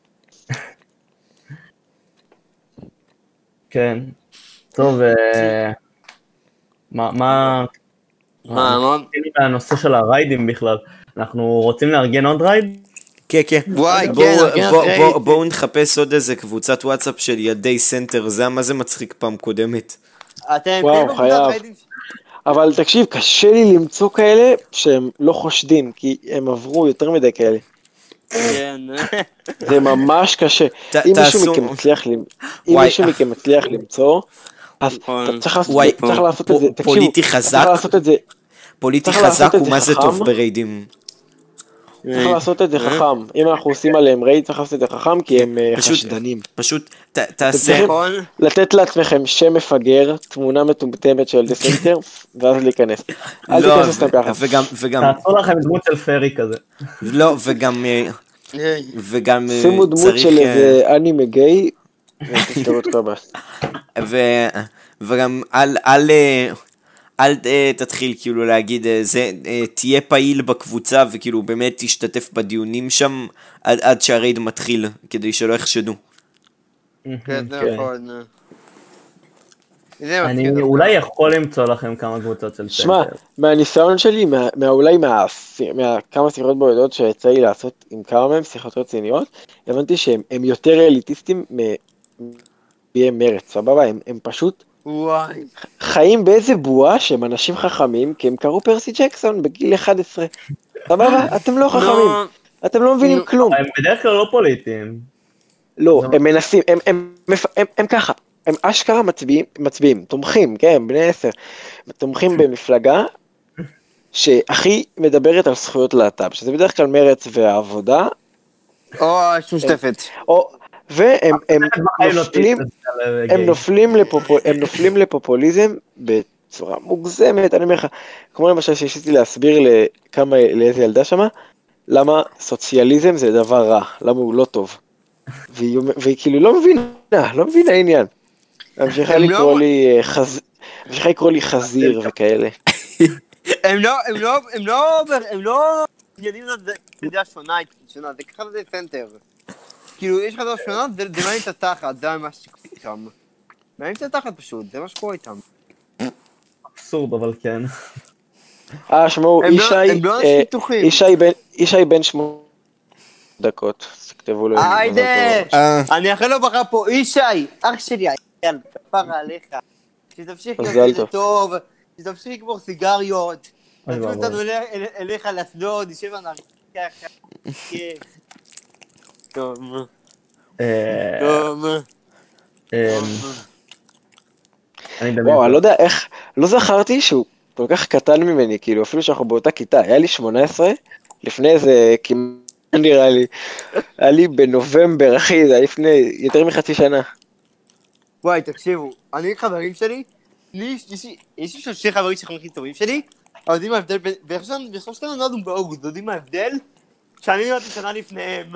כן. טוב, אה, מה... מה... מה, מה? כאילו מהנושא של הריידים בכלל. אנחנו רוצים לארגן עוד רייד? כן, כן. וואי, בואו- כן, כן, בואו- כן. בואו- בואו נחפש עוד איזה קבוצת וואטסאפ של ילדי סנטר, זה היה מה זה מצחיק פעם קודמת. אתם וואו, כן בקבוצת חייב. ריידים ש- אבל תקשיב, קשה לי למצוא כאלה שהם לא חושדים, כי הם עברו יותר מדי כאלה. כן. זה ממש קשה. ת- אם מישהו תעשו- מכם מצליח למ- אם וואי. מישהו מכם מצליח למצוא, אז נכון. אתה צריך לעשות- וואי, צריך לעשות את זה, פ- תקשיבו, פוליטי צריך חזק. לעשות את זה, פוליטי צריך לעשות חזק את הוא זה מה זה חכם. טוב בריידים. צריך לעשות את זה חכם. אם אנחנו עושים עליהם רייד, צריך לעשות את זה חכם, כי הם אה, פשוט- חשדנים. פשוט ת- תעשה... צריכים- נכון. לתת לעצמכם שם מפגר, תמונה מטומטמת של ילדי סנטר, ואז להיכנס. אל לא, תיכנס סתם ככה. וגם, וגם, תעשו לכם דמות של פרי כזה. לא, וגם, אה, וגם אה, שימו דמות צריך, של אה, איזה אנימה גיי, ותפתרו את כל הבעיה. ו- וגם אל, אל, אה, אל אה, תתחיל כאילו להגיד, אה, זה, אה, תהיה פעיל בקבוצה וכאילו באמת תשתתף בדיונים שם עד, עד שהרייד מתחיל, כדי שלא יחשדו. כן, כן. נכון. זה אני מצחיק. אולי יכול למצוא לכם כמה קבוצות של שמע, סנטר. מהניסיון שלי, מה- מה- אולי מה- מהכמה שיחות בודדות שיצא לי לעשות עם כמה מהם, שיחות רציניות, הבנתי שהם הם יותר אליטיסטים מביאי מרץ, סבבה? הם הם פשוט וואי. חיים באיזה בועה שהם אנשים חכמים, כי הם קראו פרסי ג'קסון בגיל אחת עשרה. סבבה? אתם לא חכמים, נו, אתם לא מבינים נו. כלום. הם בדרך כלל לא פוליטיים. לא, זה- הם מנסים, הם, הם, הם, הם, הם ככה, הם אשכרה מצביעים, מצביעים, תומכים, כן, הם בני עשר, תומכים במפלגה שהכי מדברת על זכויות להט"ב, שזה בדרך כלל מרץ והעבודה, או משותפת. או, והם הם בחיים לא נופלים, תתנצל על הם גיי. נופלים, לפופול, הם נופלים לפופוליזם בצורה מוגזמת, אני אומר לך, כמו למשל שניסיתי להסביר לכמה, לאיזה ילדה שמה, למה סוציאליזם זה דבר רע, למה הוא לא טוב. והיא, והיא כאילו לא מבינה, לא מבינה העניין. ממשיכה הם לקרוא לא- לי חז... ממשיכה לקרוא לי חזיר וכאלה. הם לא, הם לא, הם לא, הם לא, יודעים את זה, זה דעה שונה, שונה, זה ככה זה סנטר. כאילו, יש לך דעה שונה, זה זה מעניין את התחת, זה מה שקורה איתם. מעניין את התחת פשוט, זה מה שקורה איתם. אבסורד, אבל כן. אה, שמעו, הם לא- ישי, הם לא אה, אנשים פתוחים. ישי בן, ישי בן שמונה דקות, אז תכתבו לו. היידה! אה, אני אחרי לו ברכה פה, ישי, אח שלי, יאללה, כפרה עליך. שתמשיך להיות מזל איזה טוב. טוב, שתמשיך לגמור סיגריות. אוי תביא ואבוי. אותנו אל- אל- אליך לאסדוד, נשב על ככה. כיף. טוב, אה, טוב. אה, אני מדמיין. וואו, אני לא יודע איך, לא זכרתי שהוא כל כך קטן ממני, כאילו, אפילו שאנחנו באותה כיתה, היה לי שמונה עשרה, לפני איזה, כמעט נראה לי, היה לי בנובמבר, אחי, זה היה לפני יותר מחצי שנה. וואי, תקשיבו, אני חברים שלי, לי יש- יש לי יש לי שני חברים שאנחנו הכי טובים שלי, אבל יודעים מה ההבדל בין, ושלושתנו נולדנו באוגוסט, יודעים מה ההבדל? שאני נולדתי שנה לפניהם.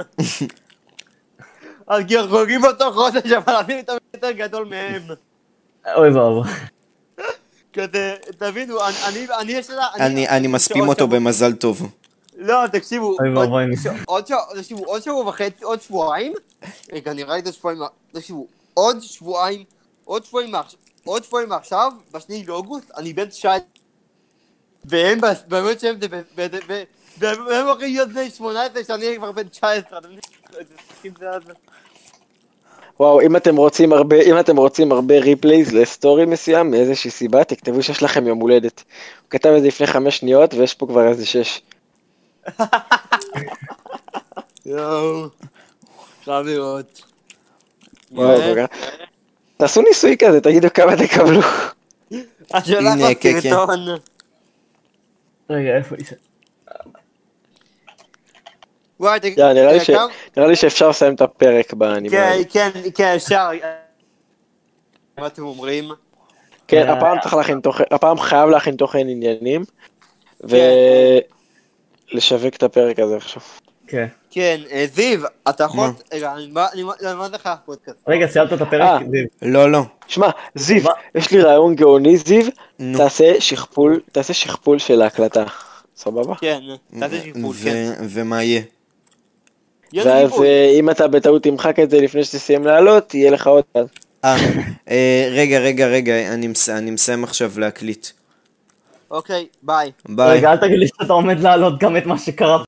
אז כי אנחנו חוגגים באותו חודש, אבל אני תמיד יותר גדול מהם. אוי ואבוי. כזה, תבינו, אני, אני, אני יש לה... אני אני מספים עוד אותו שבוע- במזל טוב. לא, תקשיבו, אוי עוד- ואבוי. ש- עוד שבוע, תקשיבו, עוד שבוע וחצי, עוד שבועיים, רגע, נראה לי את השבועיים, תקשיבו, עוד שבועיים, עוד שבועיים מעכשיו, עוד שבועיים מעכשיו, בשני לאוגוסט, אני בן תשע עשרה, והם בס- באמת שהם, זה ב- ב- ב- והם הולכים להיות בני שמונה עשרה, שאני כבר בן תשע עשרה, אתם מבינים? זה זה. וואו, אם אתם רוצים הרבה, אם אתם רוצים הרבה ריפלייז לסטורי מסוים, מאיזושהי סיבה, תכתבו שיש לכם יום הולדת. הוא כתב את זה לפני חמש שניות, ויש פה כבר איזה שש. יואו, חייב לראות. וואו, זה ככה. תעשו ניסוי כזה, תגידו כמה תקבלו. השאלה הנה, לך כן, כן. סרטון. רגע, איפה היא? וואי, תגיד, יא, נראה לי ש- כמה- נראה לי שאפשר לסיים את הפרק בנימה. כן, כן, כן, אפשר. מה אתם אומרים? כן, הפעם צריך להכין תוכן, הפעם חייב להכין תוכן עניינים, ולשווק את הפרק הזה עכשיו. כן. כן, אה, זיו, אתה יכול... מה? רגע, אני בא... אני אני אומר לך פודקאסט. רגע, סיימת את אה. הפרק? זיו? לא, לא. שמע, זיו, מה? יש לי רעיון גאוני, זיו, נו. תעשה שכפול, תעשה שכפול של ההקלטה, סבבה? כן, תעשה שיפול, ו- כן. ומה יהיה? יאללה, ואז שיפול. אה, אם אתה בטעות תמחק את זה לפני שתסיים לעלות, יהיה לך עוד פעם. אה, אה, רגע, רגע, רגע, אני מס- אני מסיים עכשיו להקליט. אוקיי, ביי. ביי. רגע, אל תגיד לי שאתה עומד להעלות גם את מה שקרה